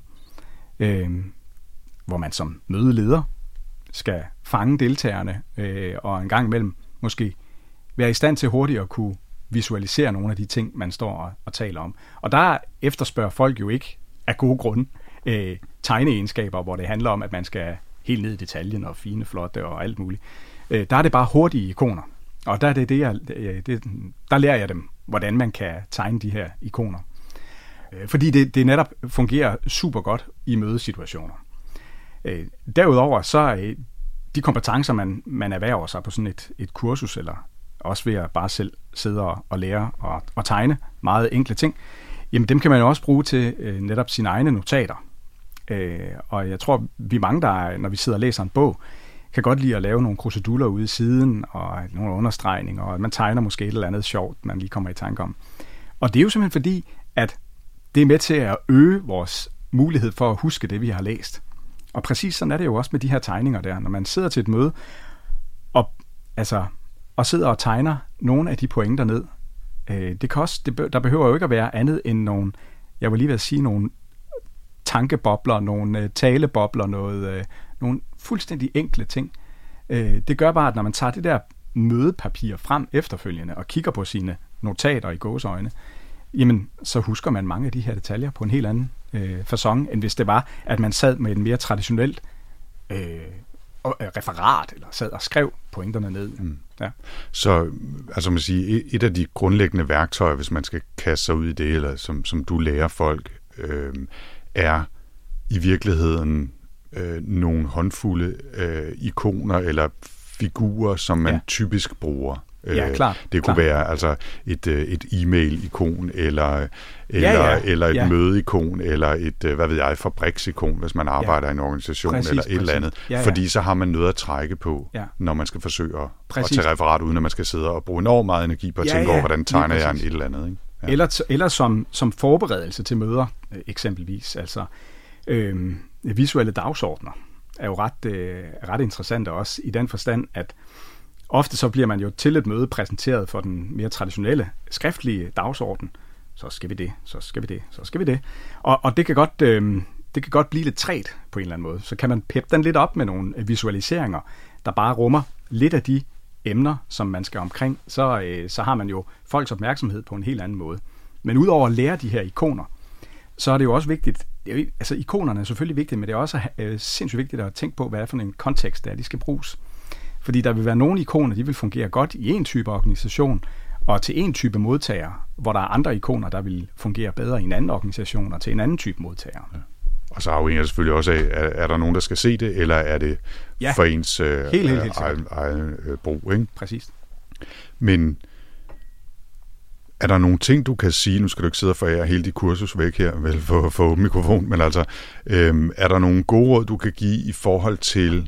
hvor man som mødeleder skal fange deltagerne og en gang imellem måske være i stand til hurtigt at kunne visualisere nogle af de ting, man står og taler om. Og der efterspørger folk jo ikke af gode grunde tegneegenskaber, hvor det handler om, at man skal helt ned i detaljen og fine, flotte og alt muligt. Der er det bare hurtige ikoner. Og der er der lærer jeg dem, hvordan man kan tegne de her ikoner. Fordi det netop fungerer super godt i mødesituationer. Derudover så de kompetencer, man erhverver sig på sådan et kursus, eller også ved at bare selv sidde og lære og tegne meget enkle ting, jamen dem kan man jo også bruge til netop sine egne notater. Og jeg tror, vi mange, der når vi sidder og læser en bog, kan godt lide at lave nogle kruseduller ude i siden, og nogle understregninger, og man tegner måske et eller andet sjovt, man lige kommer i tanke om. Og det er jo simpelthen fordi, at det er med til at øge vores mulighed for at huske det, vi har læst. Og præcis sådan er det jo også med de her tegninger der. Når man sidder til et møde og sidder og tegner nogle af de pointer ned, der behøver jo ikke at være andet end nogle, jeg vil lige ved at sige, nogle tankebobler, nogle talebobler, nogle fuldstændig enkle ting. Det gør bare, at når man tager det der mødepapir frem efterfølgende og kigger på sine notater i gåseøjne, jamen så husker man mange af de her detaljer på en helt anden facon, end hvis det var, at man sad med et mere traditionelt referat, eller sad og skrev pointerne ned. Ja. Så altså man siger, et af de grundlæggende værktøjer, hvis man skal kaste sig ud i det, eller som du lærer folk, er i virkeligheden nogle håndfulde ikoner eller figurer, som man typisk bruger. Ja, klart. Det kunne være altså et e-mail-ikon, eller et mødeikon, eller et, fabriksikon, hvis man arbejder i en organisation, eller et eller andet. Ja. Fordi så har man noget at trække på, når man skal forsøge at tage referat, uden at man skal sidde og bruge enormt meget energi på at tænke over, hvordan tegner jeg et eller andet. Ikke? Ja. Eller som forberedelse til møder, eksempelvis. Altså, visuelle dagsordner er jo ret interessante også, i den forstand, at ofte så bliver man jo til et møde præsenteret for den mere traditionelle skriftlige dagsorden. Så skal vi det, så skal vi det, så skal vi det. Og det kan godt blive lidt trægt på en eller anden måde. Så kan man peppe den lidt op med nogle visualiseringer, der bare rummer lidt af de emner, som man skal omkring. Så har man jo folks opmærksomhed på en helt anden måde. Men udover at lære de her ikoner, så er det jo også vigtigt, altså ikonerne er selvfølgelig vigtige, men det er også sindssygt vigtigt at tænke på, hvad er for en kontekst der de skal bruges. Fordi der vil være nogle ikoner, de vil fungere godt i en type organisation, og til en type modtager, hvor der er andre ikoner, der vil fungere bedre i en anden organisation, og til en anden type modtager. Ja. Og så afhænger det selvfølgelig også af, er der nogen, der skal se det, eller er det for ens egen brug? Ikke? Præcis. Men er der nogle ting, du kan sige, nu skal du ikke sidde og forære hele dit kursus væk her, vel for åben mikrofon, men altså, er der nogle gode råd, du kan give i forhold til,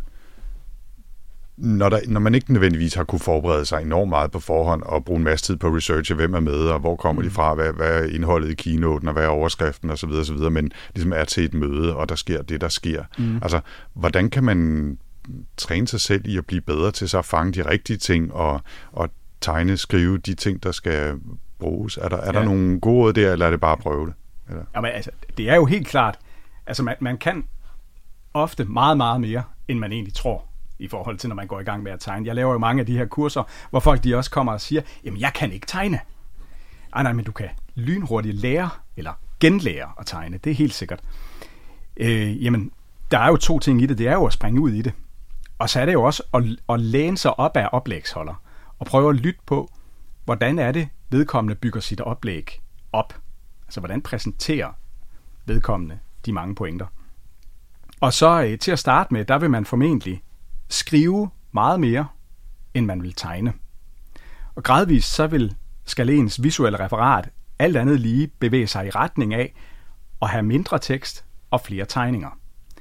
når man ikke nødvendigvis har kunne forberede sig enormt meget på forhånd og bruge en masse tid på research, hvem er med, og hvor kommer de fra, hvad er indholdet i keynoten, og hvad er overskriften, osv., men ligesom er til et møde, og der sker det, der sker. Altså, hvordan kan man træne sig selv i at blive bedre til så at fange de rigtige ting, og tegne, skrive de ting, der skal bruges? Er der nogle gode råd der, eller er det bare at prøve det? Eller? Jamen, altså, det er jo helt klart, altså man kan ofte meget, meget mere, end man egentlig tror, i forhold til, når man går i gang med at tegne. Jeg laver jo mange af de her kurser, hvor folk de også kommer og siger, jamen jeg kan ikke tegne. Nej, men du kan lynhurtigt lære, eller genlære at tegne. Det er helt sikkert. Jamen, der er jo 2 ting i det. Det er jo at springe ud i det. Og så er det jo også at læne sig op af oplægsholder, og prøve at lytte på, hvordan er det, vedkommende bygger sit oplæg op. Altså, hvordan præsenterer vedkommende de mange pointer. Og så til at starte med, der vil man formentlig skrive meget mere, end man vil tegne. Og gradvist så skal ens visuelle referat alt andet lige bevæge sig i retning af at have mindre tekst og flere tegninger.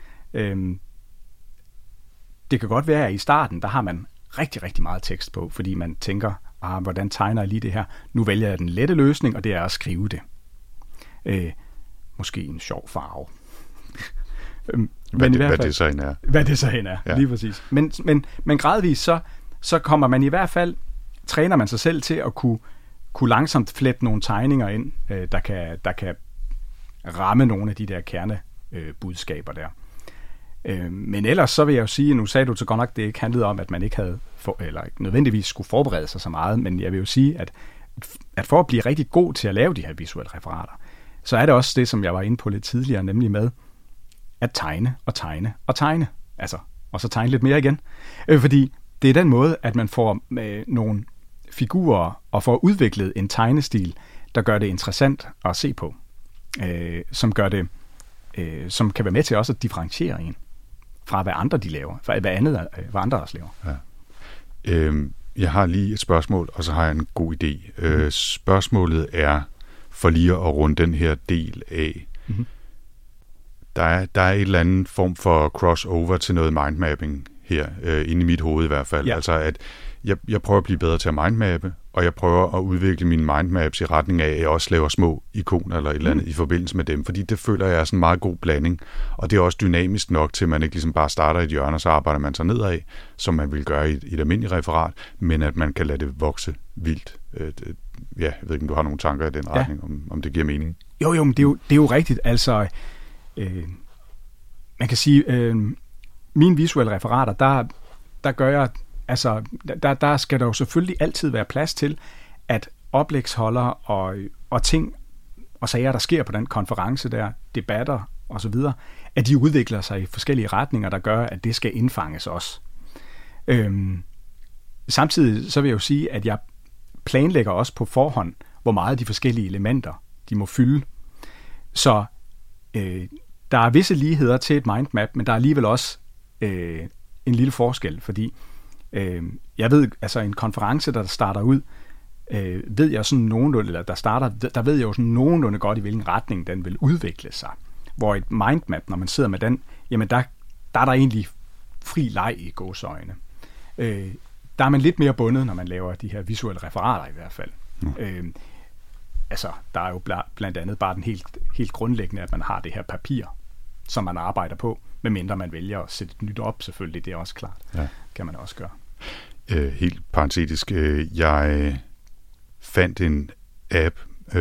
Det kan godt være, at i starten, der har man rigtig, rigtig meget tekst på, fordi man tænker, hvordan tegner jeg lige det her? Nu vælger jeg den lette løsning, og det er at skrive det. Måske en sjov farve. Hvad det så end er. Hvad det så end er, ja. Lige præcis. Men gradvist så kommer man i hvert fald, træner man sig selv til at kunne langsomt flette nogle tegninger ind, der kan ramme nogle af de der kernebudskaber der. Men ellers så vil jeg jo sige, nu sagde du så godt nok, det ikke handlede om, at man ikke havde eller ikke nødvendigvis skulle forberede sig så meget, men jeg vil jo sige, at for at blive rigtig god til at lave de her visuelle referater, så er det også det, som jeg var inde på lidt tidligere, nemlig med at tegne og tegne og tegne. Altså, og så tegne lidt mere igen. Fordi det er den måde, at man får nogle figurer og får udviklet en tegnestil, der gør det interessant at se på. Som gør det, som kan være med til også at differentiere en fra hvad andre de laver, fra hvad andre også laver. Ja. Jeg har lige et spørgsmål, og så har jeg en god idé. Spørgsmålet er, for lige at runde den her del af, der er et eller andet form for crossover til noget mindmapping her, inde i mit hoved i hvert fald. Ja. Altså at jeg prøver at blive bedre til at mindmappe, og jeg prøver at udvikle mine mindmaps i retning af, at jeg også laver små ikoner eller et eller andet i forbindelse med dem, fordi det føler jeg er sådan en meget god blanding, og det er også dynamisk nok til, at man ikke ligesom bare starter i et hjørne, og så arbejder man sig nedad, som man vil gøre i et almindeligt referat, men at man kan lade det vokse vildt. Jeg ved ikke, om du har nogle tanker i den retning, om det giver mening. Jo, men det er jo rigtigt. Altså, man kan sige, mine visuelle referater, der gør jeg, altså, der skal der jo selvfølgelig altid være plads til, at oplægsholdere og ting og sager, der sker på den konference der, debatter osv., at de udvikler sig i forskellige retninger, der gør, at det skal indfanges også. Samtidig så vil jeg jo sige, at jeg planlægger også på forhånd, hvor meget de forskellige elementer, de må fylde. Så der er visse ligheder til et mindmap, men der er alligevel også en lille forskel, fordi Jeg ved, altså en konference, der starter ud, ved jeg sådan nogenlunde, eller der ved jeg jo sådan nogenlunde godt, i hvilken retning den vil udvikle sig. Hvor et mindmap, når man sidder med den, jamen der er der egentlig fri leg i gåseøjne. Der er man lidt mere bundet, når man laver de her visuelle referater i hvert fald. Altså, der er jo blandt andet bare den helt grundlæggende, at man har det her papir, som man arbejder på, medmindre man vælger at sætte et nyt op, selvfølgelig, det er også klart. Ja. Kan man også gøre. Helt parentetisk, jeg fandt en app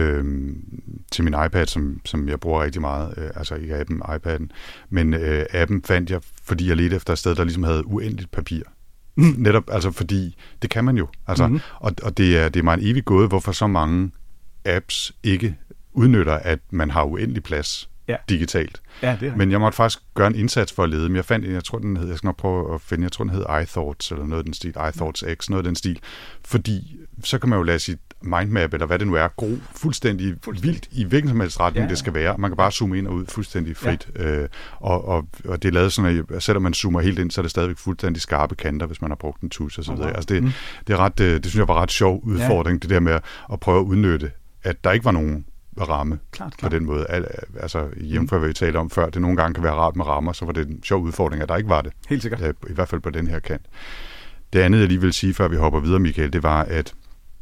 til min iPad, som jeg bruger rigtig meget, altså ikke appen, iPad'en, men appen fandt jeg, fordi jeg ledte efter et sted, der ligesom havde uendeligt papir. Netop, altså fordi, det kan man jo, altså, og det er mig en evig gåde, hvorfor så mange apps ikke udnytter, at man har uendelig plads digitalt. Ja, det er. Men jeg måtte faktisk gøre en indsats for at lede, men jeg fandt en, jeg skal nok prøve at finde, jeg tror den hed iThoughts, eller noget af den stil, iThoughts X, noget af den stil, fordi så kan man jo lade sit mindmap, eller hvad det nu er, gro fuldstændig vildt i hvilken som helst retning det skal være. Man kan bare zoome ind og ud fuldstændig frit. Og det er lavet sådan, at selvom man zoomer helt ind, så er det stadigvæk fuldstændig skarpe kanter, hvis man har brugt en tus og så videre. Altså det er ret, det synes jeg var ret sjov udfordring, det der med at prøve at udnytte, at der ikke var nogen ramme klart. På den måde. Altså hjemmefra, hvad vi talte om før, det nogle gange kan være rart med rammer, så var det en sjov udfordring, at der ikke var det. Helt sikkert. I hvert fald på den her kant. Det andet, jeg lige vil sige, før vi hopper videre, Michael, det var, at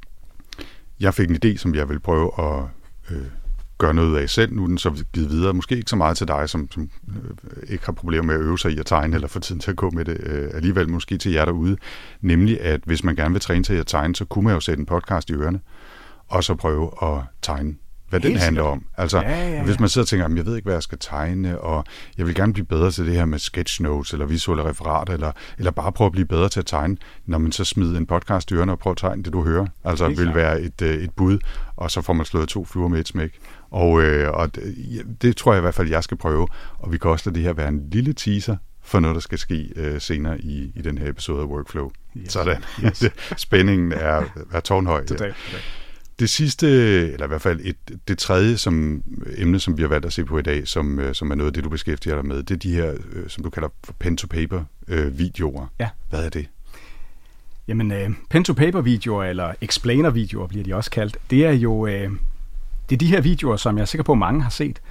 jeg fik en idé, som jeg vil prøve at gøre noget af selv. Nu er den så givet videre. Måske ikke så meget til dig, som ikke har problemer med at øve sig i at tegne, eller få tiden til at gå med det alligevel, måske til jer derude. Nemlig, at hvis man gerne vil træne til at tegne, så kunne man jo sætte en podcast i ørerne, og så prøve at tegne, hvad den handler om. Altså, hvis man sidder og tænker, jeg ved ikke, hvad jeg skal tegne, og jeg vil gerne blive bedre til det her med sketchnotes, eller visuelle referater, eller bare prøve at blive bedre til at tegne, når man så smider en podcast i ørerne og prøver at tegne det, du hører. Altså, vil være et bud, og så får man slået 2 fluer med et smæk. Og det tror jeg i hvert fald, jeg skal prøve, og vi kan også lade det her være en lille teaser for noget, der skal ske senere i den her episode af Workflow. Yes. Sådan. Yes. Spændingen er tårnhøj. Total. Det sidste, eller i hvert fald det tredje emne, som vi har valgt at se på i dag, som er noget af det, du beskæftiger dig med, det er de her, som du kalder pen-to-paper-videoer. Ja. Hvad er det? Jamen, pen-to-paper-videoer, eller explainer-videoer bliver de også kaldt, det er jo det er de her videoer, som jeg er sikker på, mange har set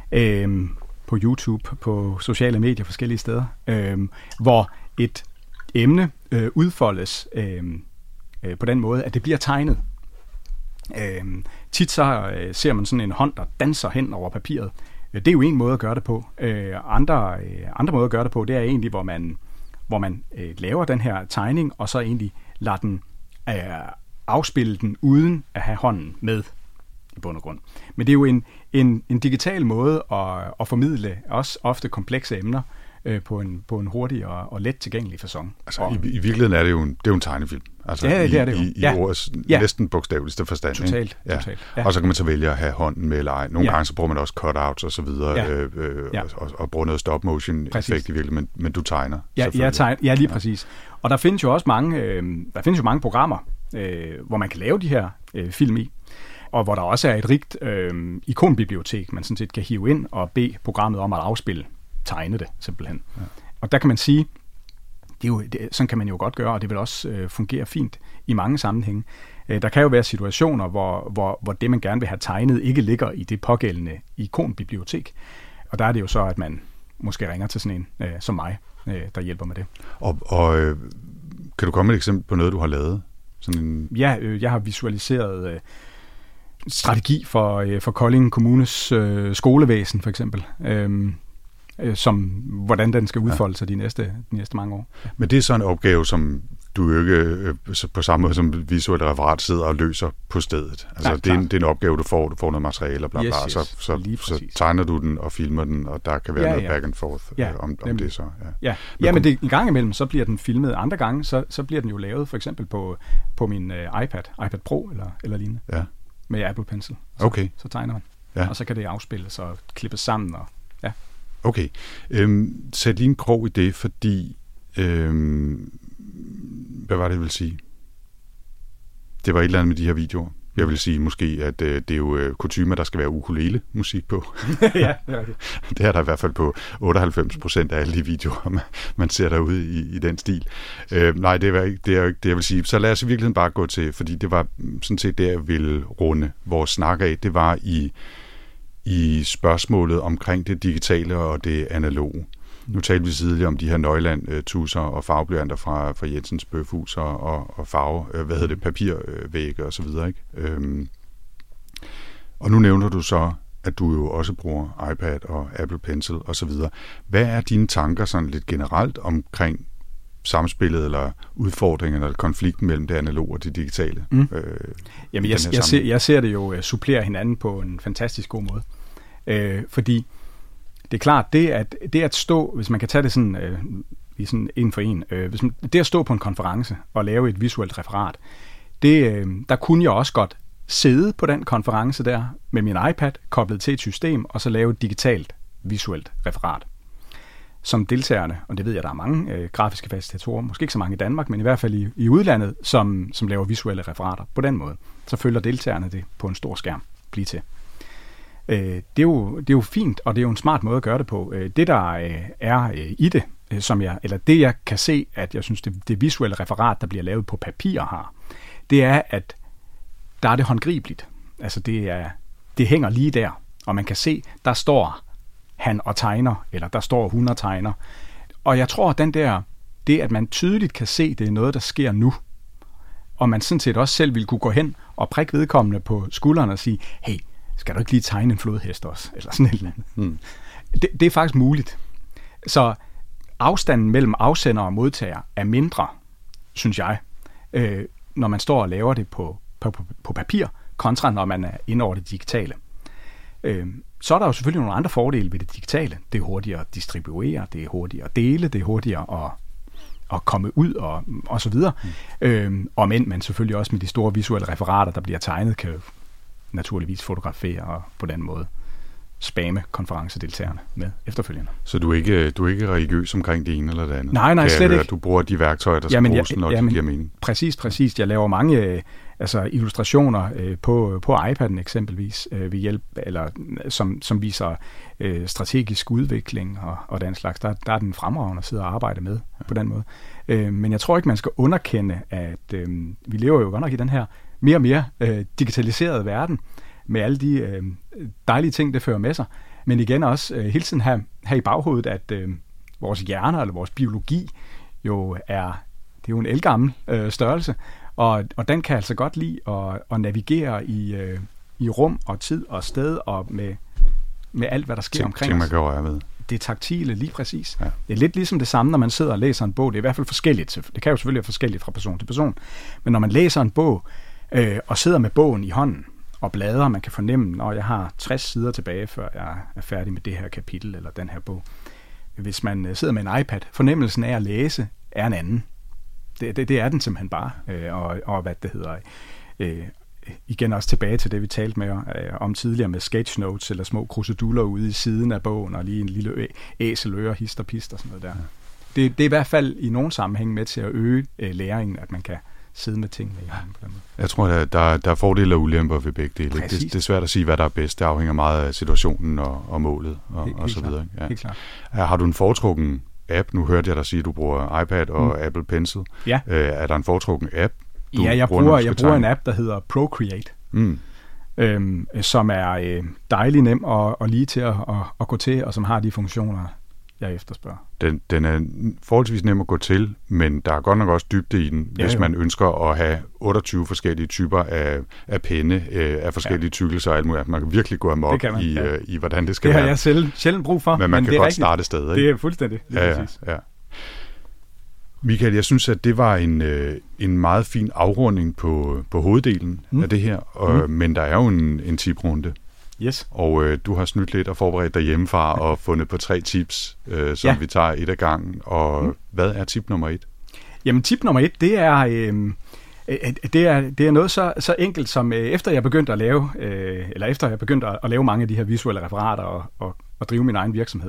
på YouTube, på sociale medier, forskellige steder, hvor et emne udfoldes på den måde, at det bliver tegnet. Tit så ser man sådan en hånd, der danser hen over papiret. Det er jo en måde at gøre det på. Andre måder at gøre det på, det er egentlig, hvor man laver den her tegning, og så egentlig lader den afspille den, uden at have hånden med i bund og grund. Men det er jo en digital måde at formidle også ofte komplekse emner på en hurtig og let tilgængelig facon. Altså, i virkeligheden er det jo en tegnefilm. Altså, det er det jo. I ordets næsten bogstaveligste forstand. Totalt. Ja. Og så kan man så vælge at have hånden med eller ej. Nogle gange så bruger man også cutouts og så videre, og bruger noget stop-motion-effekt i virkeligheden, men du tegner. Ja, lige præcis. Og der findes jo også mange programmer, hvor man kan lave de her film i, og hvor der også er et rigt ikonbibliotek, man sådan set kan hive ind og bede programmet om at afspille, tegne det simpelthen. Ja. Og der kan man sige, sådan kan man jo godt gøre, og det vil også fungere fint i mange sammenhænge. Der kan jo være situationer, hvor det, man gerne vil have tegnet, ikke ligger i det pågældende ikonbibliotek. Og der er det jo så, at man måske ringer til sådan en som mig, der hjælper med det. Og kan du komme med et eksempel på noget, du har lavet? Ja, jeg har visualiseret strategi for Kolding Kommunes skolevæsen, for eksempel. Hvordan den skal udfolde sig de næste mange år. Ja. Men det er så en opgave, som du ikke på samme måde som visuelt referat sidder og løser på stedet. Altså, nej, det er en opgave, du får noget materiale og bla bla, så tegner du den og filmer den, og der kan være noget back and forth om det så. Men det, en gang imellem, så bliver den filmet. Andre gange, så bliver den jo lavet, for eksempel på min iPad Pro eller lignende, med Apple Pencil. Så tegner man. Ja. Og så kan det afspilles og klippes sammen. Og, Okay. Sæt lige en krog i det, fordi hvad var det, jeg ville sige? Det var et eller andet med de her videoer. Jeg vil sige måske, at det er jo kutyme, der skal være ukulele-musik på. Ja, det er rigtigt. Det er der i hvert fald på 98% af alle de videoer, man ser derude i den stil. Nej, det er jo ikke det, jeg vil sige. Så lad os i virkeligheden bare gå til, fordi det var sådan set det, jeg ville runde vores snak af. Det var i spørgsmålet omkring det digitale og det analoge. Nu talte vi tidligere om de her Neuland-tusser og farveblyanter fra Jensens Bøfhus og farve, papirvægge og så videre, ikke? Og nu nævner du så, at du jo også bruger iPad og Apple Pencil og så videre. Hvad er dine tanker sådan lidt generelt omkring samspillet eller udfordringen eller konflikten mellem det analoge og det digitale? Jamen, jeg ser det jo supplere hinanden på en fantastisk god måde. Fordi det er klart, det at stå, hvis man kan tage det sådan, en for en, det at stå på en konference og lave et visuelt referat, der kunne jeg også godt sidde på den konference der med min iPad koblet til et system, og så lave et digitalt visuelt referat. Som deltagerne, og det ved jeg, der er mange grafiske facilitatorer, måske ikke så mange i Danmark, men i hvert fald i udlandet, som laver visuelle referater på den måde. Så følger deltagerne det på en stor skærm blive til. Det er jo fint, og det er jo en smart måde at gøre det på. Det, der er i det, det jeg kan se, at jeg synes, det visuelle referat, der bliver lavet på papir har, det er, at der er det håndgribeligt. Altså det hænger lige der, og man kan se, der står han og tegner, eller der står hun og tegner. Og jeg tror, det at man tydeligt kan se, det er noget, der sker nu, og man sådan set også selv vil kunne gå hen og prikke vedkommende på skulderen og sige, hey, skal du ikke lige tegne en flodhest også? Eller sådan et eller andet. Det er faktisk muligt. Så afstanden mellem afsender og modtager er mindre, synes jeg, når man står og laver det på papir, kontra når man er inde over det digitale. Så er der jo selvfølgelig nogle andre fordele ved det digitale. Det er hurtigere at distribuere, det er hurtigere at dele, det er hurtigere at komme ud og så videre. Og men man selvfølgelig også med de store visuelle referater, der bliver tegnet, kan naturligvis fotografere og på den måde spamme konferencedeltagerne med efterfølgende. Så du er ikke religiøs omkring det ene eller det andet? Nej, slet ikke. Du bruger de værktøjer, der skal bruges, når det giver mening? Præcis. Jeg laver mange illustrationer på iPad'en eksempelvis ved hjælp, eller som viser strategisk udvikling og den slags. Der er den fremragende at sidde og arbejde med på den måde. Men jeg tror ikke, man skal underkende, at vi lever jo godt nok i den her mere og mere digitaliserede verden, med alle de dejlige ting, det fører med sig. Men igen også hele tiden have i baghovedet, at vores hjerner eller vores biologi jo det er jo en ældgammel størrelse, og den kan altså godt lide at navigere i rum og tid og sted og med alt, hvad der sker omkring os. Man kan røre med. Det taktile, lige præcis. Ja. Det er lidt ligesom det samme, når man sidder og læser en bog. Det er i hvert fald forskelligt. Det kan jo selvfølgelig være forskelligt fra person til person. Men når man læser en bog og sidder med bogen i hånden, og bladrer, man kan fornemme, når jeg har 60 sider tilbage, før jeg er færdig med det her kapitel eller den her bog. Hvis man sidder med en iPad, fornemmelsen af at læse er en anden. Det er den simpelthen bare. Og hvad det hedder. Igen også tilbage til det, vi talte med om tidligere med sketch notes eller små kruseduller ude i siden af bogen, og lige en lille æseløre, hist og pist og sådan noget der. Det er i hvert fald i nogen sammenhæng med til at øge læringen, at man kan sidde med tingene i hånden på den måde. Jeg tror, der er fordele og ulemper ved begge dele. Det er svært at sige, hvad der er bedst. Det afhænger meget af situationen og målet og så videre. Ja. Helt klart. Har du en foretrukken app? Nu hørte jeg dig sige, at du bruger iPad og Apple Pencil. Ja. Er der en foretrukken app? Jeg bruger en app, der hedder Procreate, som er dejlig nem og lige til at gå til, og som har de funktioner, jeg efterspørger. Den er forholdsvis nem at gå til, men der er godt nok også dybde i den, hvis man ønsker at have 28 forskellige typer af penne, af forskellige tykkelser og alt muligt. Man kan virkelig gå amok i hvordan det skal være. Det har jeg sjældent brug for. Men man kan godt starte steder. Det er fuldstændig. Ja. Michael, jeg synes, at det var en meget fin afrunding på hoveddelen af det her, men der er jo en tiprunde. Yes. Og du har snydt lidt og forberedt dig hjemmefra og fundet på 3 tips, som vi tager et ad gangen. Og hvad er tip nummer 1? Jamen tip nummer 1, det er noget så enkelt som efter jeg begyndte at lave mange af de her visuelle referater og drive min egen virksomhed.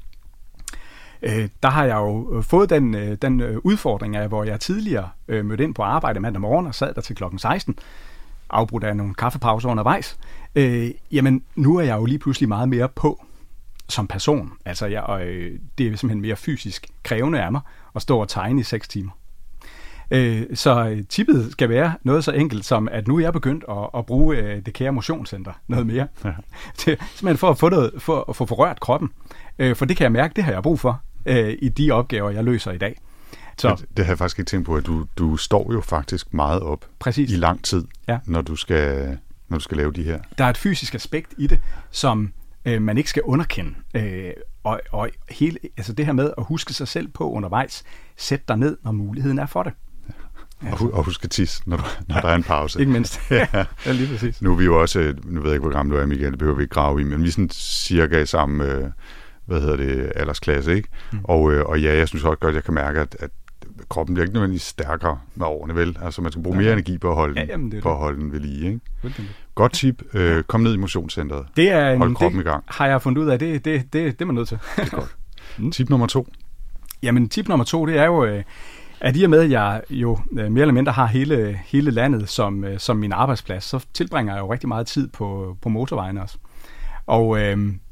Der har jeg jo fået den udfordring af, hvor jeg tidligere mødte ind på arbejde mandag morgen og sad der til klokken 16. afbrudt af nogle kaffepauser undervejs, jamen nu er jeg jo lige pludselig meget mere på som person. Altså det er simpelthen mere fysisk krævende af mig at stå og tegne i 6 timer. Så tippet skal være noget så enkelt som, at nu er jeg begyndt at bruge det kære motionscenter noget mere. Ja. Simpelthen for at få forrørt kroppen. For det kan jeg mærke, det har jeg brug for i de opgaver, jeg løser i dag. Så. Det har jeg faktisk ikke tænkt på, at du står jo faktisk meget op. Præcis. I lang tid, når du skal lave de her. Der er et fysisk aspekt i det, som man ikke skal underkende. Og altså det her med at huske sig selv på undervejs, sæt dig ned, når muligheden er for det. Og husk at tisse, når der er en pause. Ikke mindst. Ja, lige præcis. Nu er vi jo også, nu ved jeg ikke, hvor gammel du er, Michael, det behøver vi ikke grave i, men vi er sådan cirka i samme, aldersklasse, ikke? Og ja, jeg synes også godt, jeg kan mærke, at kroppen bliver ikke nødvendigvis stærkere med årene, vel? Altså man skal bruge mere energi på at holde den ved lige, ikke? Godt tip. Kom ned i motionscenteret. Det er hold kroppen i gang. Har jeg fundet ud af, det er man nødt til. Det er godt. Tip nummer 2. Jamen, tip nummer 2, det er jo, at i og med, at jeg jo mere eller mindre har hele landet som min arbejdsplads, så tilbringer jeg jo rigtig meget tid på motorvejene også. Og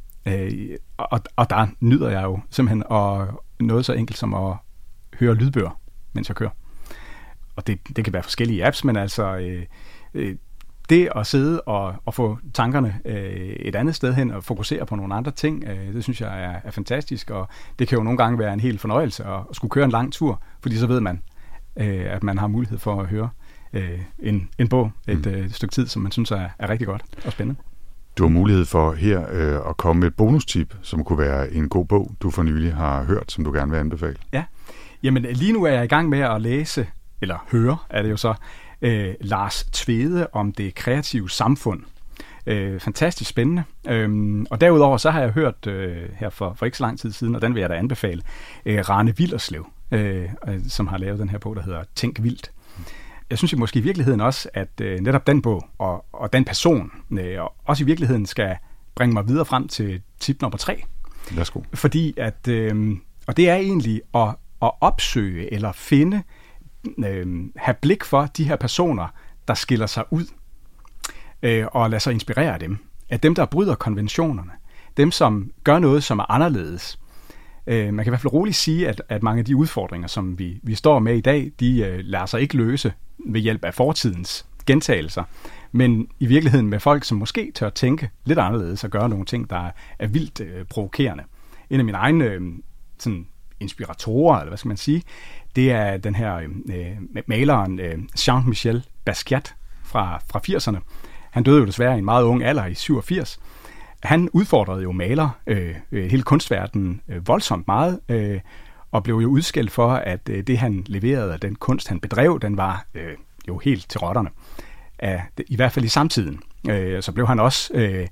der nyder jeg jo simpelthen noget så enkelt som at høre lydbøger, mens jeg kører. Og det kan være forskellige apps, men altså det at sidde og få tankerne et andet sted hen og fokusere på nogle andre ting, det synes jeg er fantastisk, og det kan jo nogle gange være en hel fornøjelse at skulle køre en lang tur, fordi så ved man, at man har mulighed for at høre en bog et stykke tid, som man synes er rigtig godt og spændende. Du har mulighed for her at komme med et bonustip, som kunne være en god bog, du for nylig har hørt, som du gerne vil anbefale. Ja, jamen lige nu er jeg i gang med at læse, eller høre er det jo så, Lars Tvede om det kreative samfund. Fantastisk spændende. Og derudover så har jeg hørt her for ikke så lang tid siden, og den vil jeg da anbefale, Rane Willerslev, som har lavet den her bog, der hedder Tænk Vildt. Jeg synes jo måske i virkeligheden også, at netop den bog og den person også i virkeligheden skal bringe mig videre frem til tip nummer 3. Værsgo. Fordi at, og det er egentlig at opsøge eller finde, have blik for de her personer, der skiller sig ud, og lade sig inspirere af dem. At dem, der bryder konventionerne, dem, som gør noget, som er anderledes. Man kan i hvert fald roligt sige, at mange af de udfordringer, som vi står med i dag, de lader sig ikke løse ved hjælp af fortidens gentagelser, men i virkeligheden med folk, som måske tør tænke lidt anderledes og gøre nogle ting, der er vildt provokerende. En af mine egne sådan inspiratorer, eller hvad skal man sige, det er den her maleren Jean-Michel Basquiat fra 80'erne. Han døde jo desværre i en meget ung alder i 87. Han udfordrede jo maler hele kunstverdenen voldsomt meget, og blev jo udskældt for, at det han leverede, og den kunst han bedrev, den var jo helt til rotterne. I hvert fald i samtiden. Så blev han også,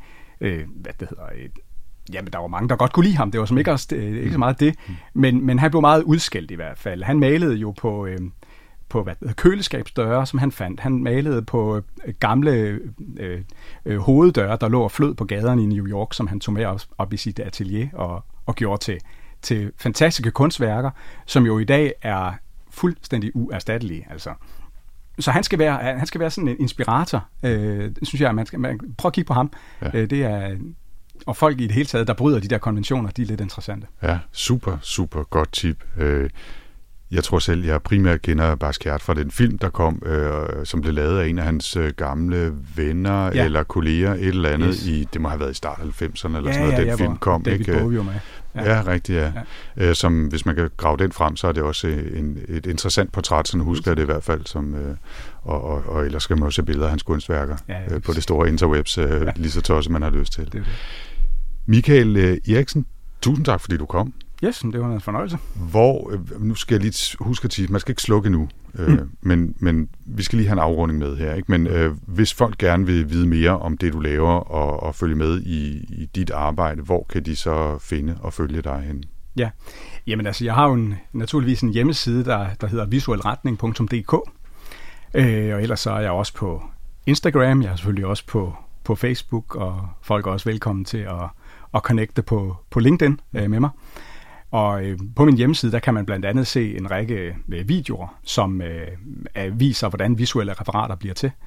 jamen der var mange, der godt kunne lide ham. Det var som ikke så meget det, men han blev meget udskældt i hvert fald. Han malede jo på køleskabsdøre, som han fandt. Han malede på gamle hoveddøre, der lå og flød på gaderne i New York, som han tog med op i sit atelier og gjorde til fantastiske kunstværker, som jo i dag er fuldstændig uerstattelige. Altså. Så han skal være sådan en inspirator, synes jeg, man prøv at kigge på ham. Ja. Det er, og folk i det hele taget, der bryder de der konventioner, de er lidt interessante. Ja, super, super godt tip. Jeg tror selv, jeg primært kender Basquiat fra den film, der kom, som blev lavet af en af hans gamle venner eller kolleger, et eller andet det må have været i start af 90'erne eller sådan noget, den film kom. David Bowie med. Ja, rigtigt, ja. Som, hvis man kan grave den frem, så er det også et interessant portræt, sådan husker jeg det i hvert fald, som, og ellers skal man jo se billeder af hans kunstværker på det store interwebs, lige så tosset man har lyst til. Det. Michael Eriksen, tusind tak, fordi du kom. Yes, det var en fornøjelse. Nu skal jeg lige huske at sige, man skal ikke slukke nu, men vi skal lige have en afrunding med her. Ikke? Men hvis folk gerne vil vide mere om det, du laver, og følge med i dit arbejde, hvor kan de så finde og følge dig hen? Ja, jamen altså, jeg har jo naturligvis en hjemmeside, der hedder visuelretning.dk, og ellers så er jeg også på Instagram, jeg er selvfølgelig også på Facebook, og folk er også velkommen til at connecte på LinkedIn med mig. Og på min hjemmeside, der kan man blandt andet se en række videoer, som viser, hvordan visuelle referater bliver til.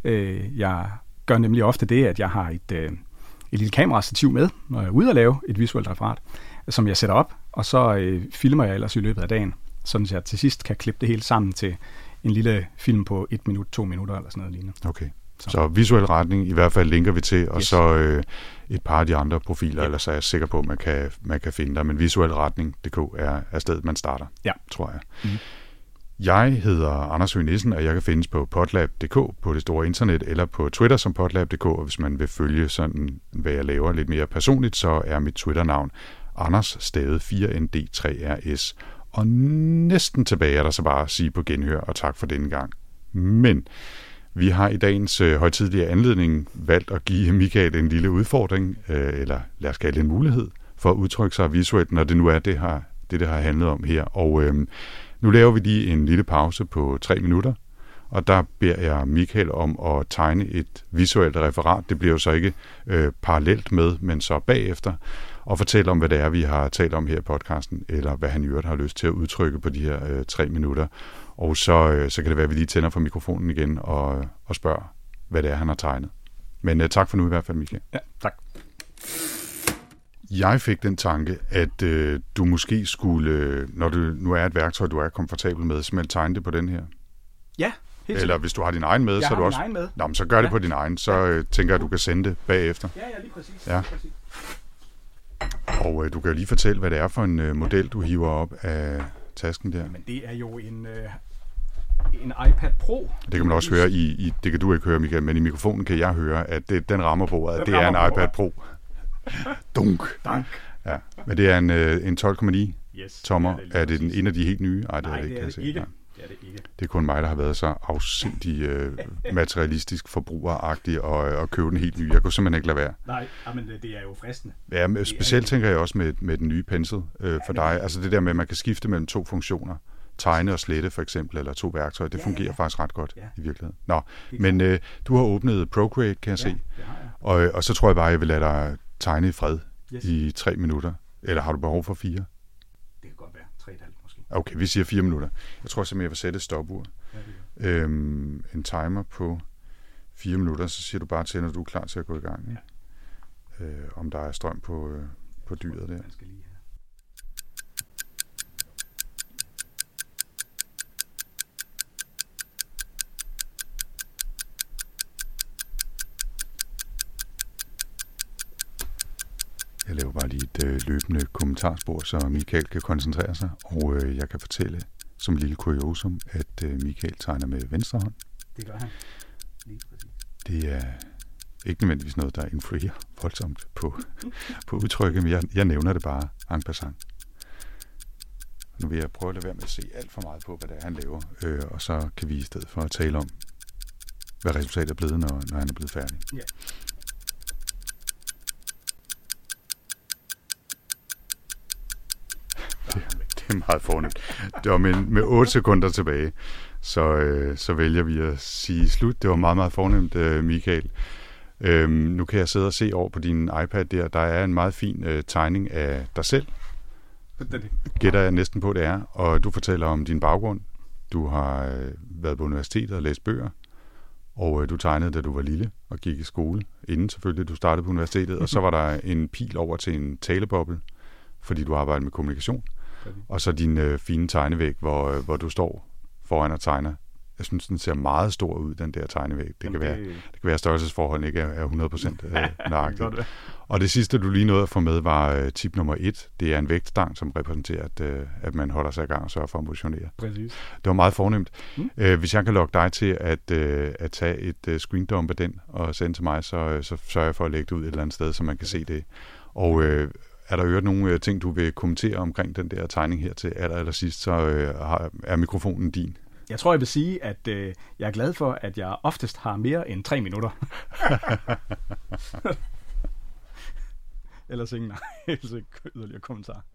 Jeg gør nemlig ofte det, at jeg har et lille kamerastativ med, når jeg er ude at lave et visuelt referat, som jeg sætter op, og så filmer jeg ellers i løbet af dagen, sådan så jeg til sidst kan klippe det hele sammen til en lille film på 1 minut, 2 minutter eller sådan noget lignende. Okay. Så visuel retning, i hvert fald linker vi til, og så et par af de andre profiler, ellers er jeg sikker på, at man kan finde der. Men visuelretning.dk er stedet, man starter, tror jeg. Mm-hmm. Jeg hedder Anders Høgh Nissen, og jeg kan findes på potlab.dk på det store internet, eller på Twitter som potlab.dk, og hvis man vil følge sådan, hvad jeg laver lidt mere personligt, så er mit Twitter-navn Anders stavet 4ND3RS. Og næsten tilbage er der så bare at sige på genhør, og tak for denne gang. Men vi har i dagens højtidelige anledning valgt at give Michael en lille udfordring, eller lad os kalde en mulighed, for at udtrykke sig visuelt, når det nu er det har handlet om her. Og nu laver vi lige en lille pause på 3 minutter, og der beder jeg Michael om at tegne et visuelt referat. Det bliver jo så ikke parallelt med, men så bagefter, og fortælle om, hvad det er, vi har talt om her i podcasten, eller hvad han i øvrigt har lyst til at udtrykke på de her 3 minutter. Og så kan det være, at vi lige tænder for mikrofonen igen og spørger, hvad det er, han har tegnet. Men tak for nu i hvert fald, Michael. Ja, tak. Jeg fik den tanke, at du måske skulle, når du nu er et værktøj, du er komfortabel med, simpelthen tegne det på den her. Ja, helt eller hvis du har din egen med, så du også. Med. Nå, men så gør det på din egen, så tænker jeg, at du kan sende det bagefter. Ja, lige præcis. Ja. Lige præcis. Og du kan jo lige fortælle, hvad det er for en model, du hiver op af tasken der. Men det er jo en iPad Pro. Det kan man også høre det kan du ikke høre, Michael, men i mikrofonen kan jeg høre, at den rammer bordet, at det er en iPad Pro. Dunk. Ja, men det er en 12,9 tommer. Er det en af de helt nye? Nej, det er det ikke. Det er det ikke. Det er kun mig, der har været så afsindig materialistisk forbrugeragtig og købe den helt nye. Jeg kunne simpelthen ikke lade være. Nej, men det er jo fristende. Ja, men specielt tænker jeg også med den nye pensel for dig. Altså det der med, at man kan skifte mellem 2 funktioner. Tegne og slette for eksempel, eller 2 værktøjer. Det fungerer faktisk ret godt i virkeligheden. Nå, men du har åbnet Procreate, kan jeg se. Det har jeg. Og så tror jeg bare, at jeg vil lade dig tegne i fred i 3 minutter. Eller har du behov for 4? Det kan godt være. 3,5 måske. Okay, vi siger 4 minutter. Jeg tror simpelthen, jeg vil sætte et stopur. Ja, en timer på 4 minutter, så siger du bare til, når du er klar til at gå i gang. Ja. Om der er strøm på dyret der. Jeg laver bare lige et løbende kommentarspor, så Michael kan koncentrere sig, og jeg kan fortælle som lille kuriosum, at Michael tegner med venstre hånd. Det gør han. Lige præcis. Det er ikke nødvendigvis noget, der influerer voldsomt på udtrykket, men jeg nævner det bare en passant. Nu vil jeg prøve at lade være med at se alt for meget på, hvad det er, han laver, og så kan vi i stedet for at tale om, hvad resultatet er blevet, når han er blevet færdig. Ja. Det er meget fornemt. Det var med 8 sekunder tilbage, så vælger vi at sige slut. Det var meget, meget fornemt, Michael. Nu kan jeg sidde og se over på din iPad der. Der er en meget fin tegning af dig selv. Gætter jeg næsten på, det er. Og du fortæller om din baggrund. Du har været på universitetet og læst bøger. Og du tegnede, da du var lille og gik i skole. Inden selvfølgelig, du startede på universitetet. Og så var der en pil over til en taleboble, fordi du arbejder med kommunikation. Og så din fine tegnevæg, hvor du står foran og tegner. Jeg synes, den ser meget stor ud, den der tegnevæg. Det kan være, at størrelsesforholdene ikke er 100% nøjagtigt. Og det sidste, du lige nåede at få med, var tip nummer 1. Det er en vægtstang, som repræsenterer, at man holder sig i gang og sørger for at motionere. Præcis. Det var meget fornemt. Hvis jeg kan lokke dig til at tage et screendump af den og sende til mig, så sørger jeg for at lægge det ud et eller andet sted, så man kan se det. Og er der øvrigt nogle ting, du vil kommentere omkring den der tegning her til allersidst, så er mikrofonen din. Jeg tror, jeg vil sige, at jeg er glad for, at jeg oftest har mere end 3 minutter. Ellers ingen yderligere kommentar.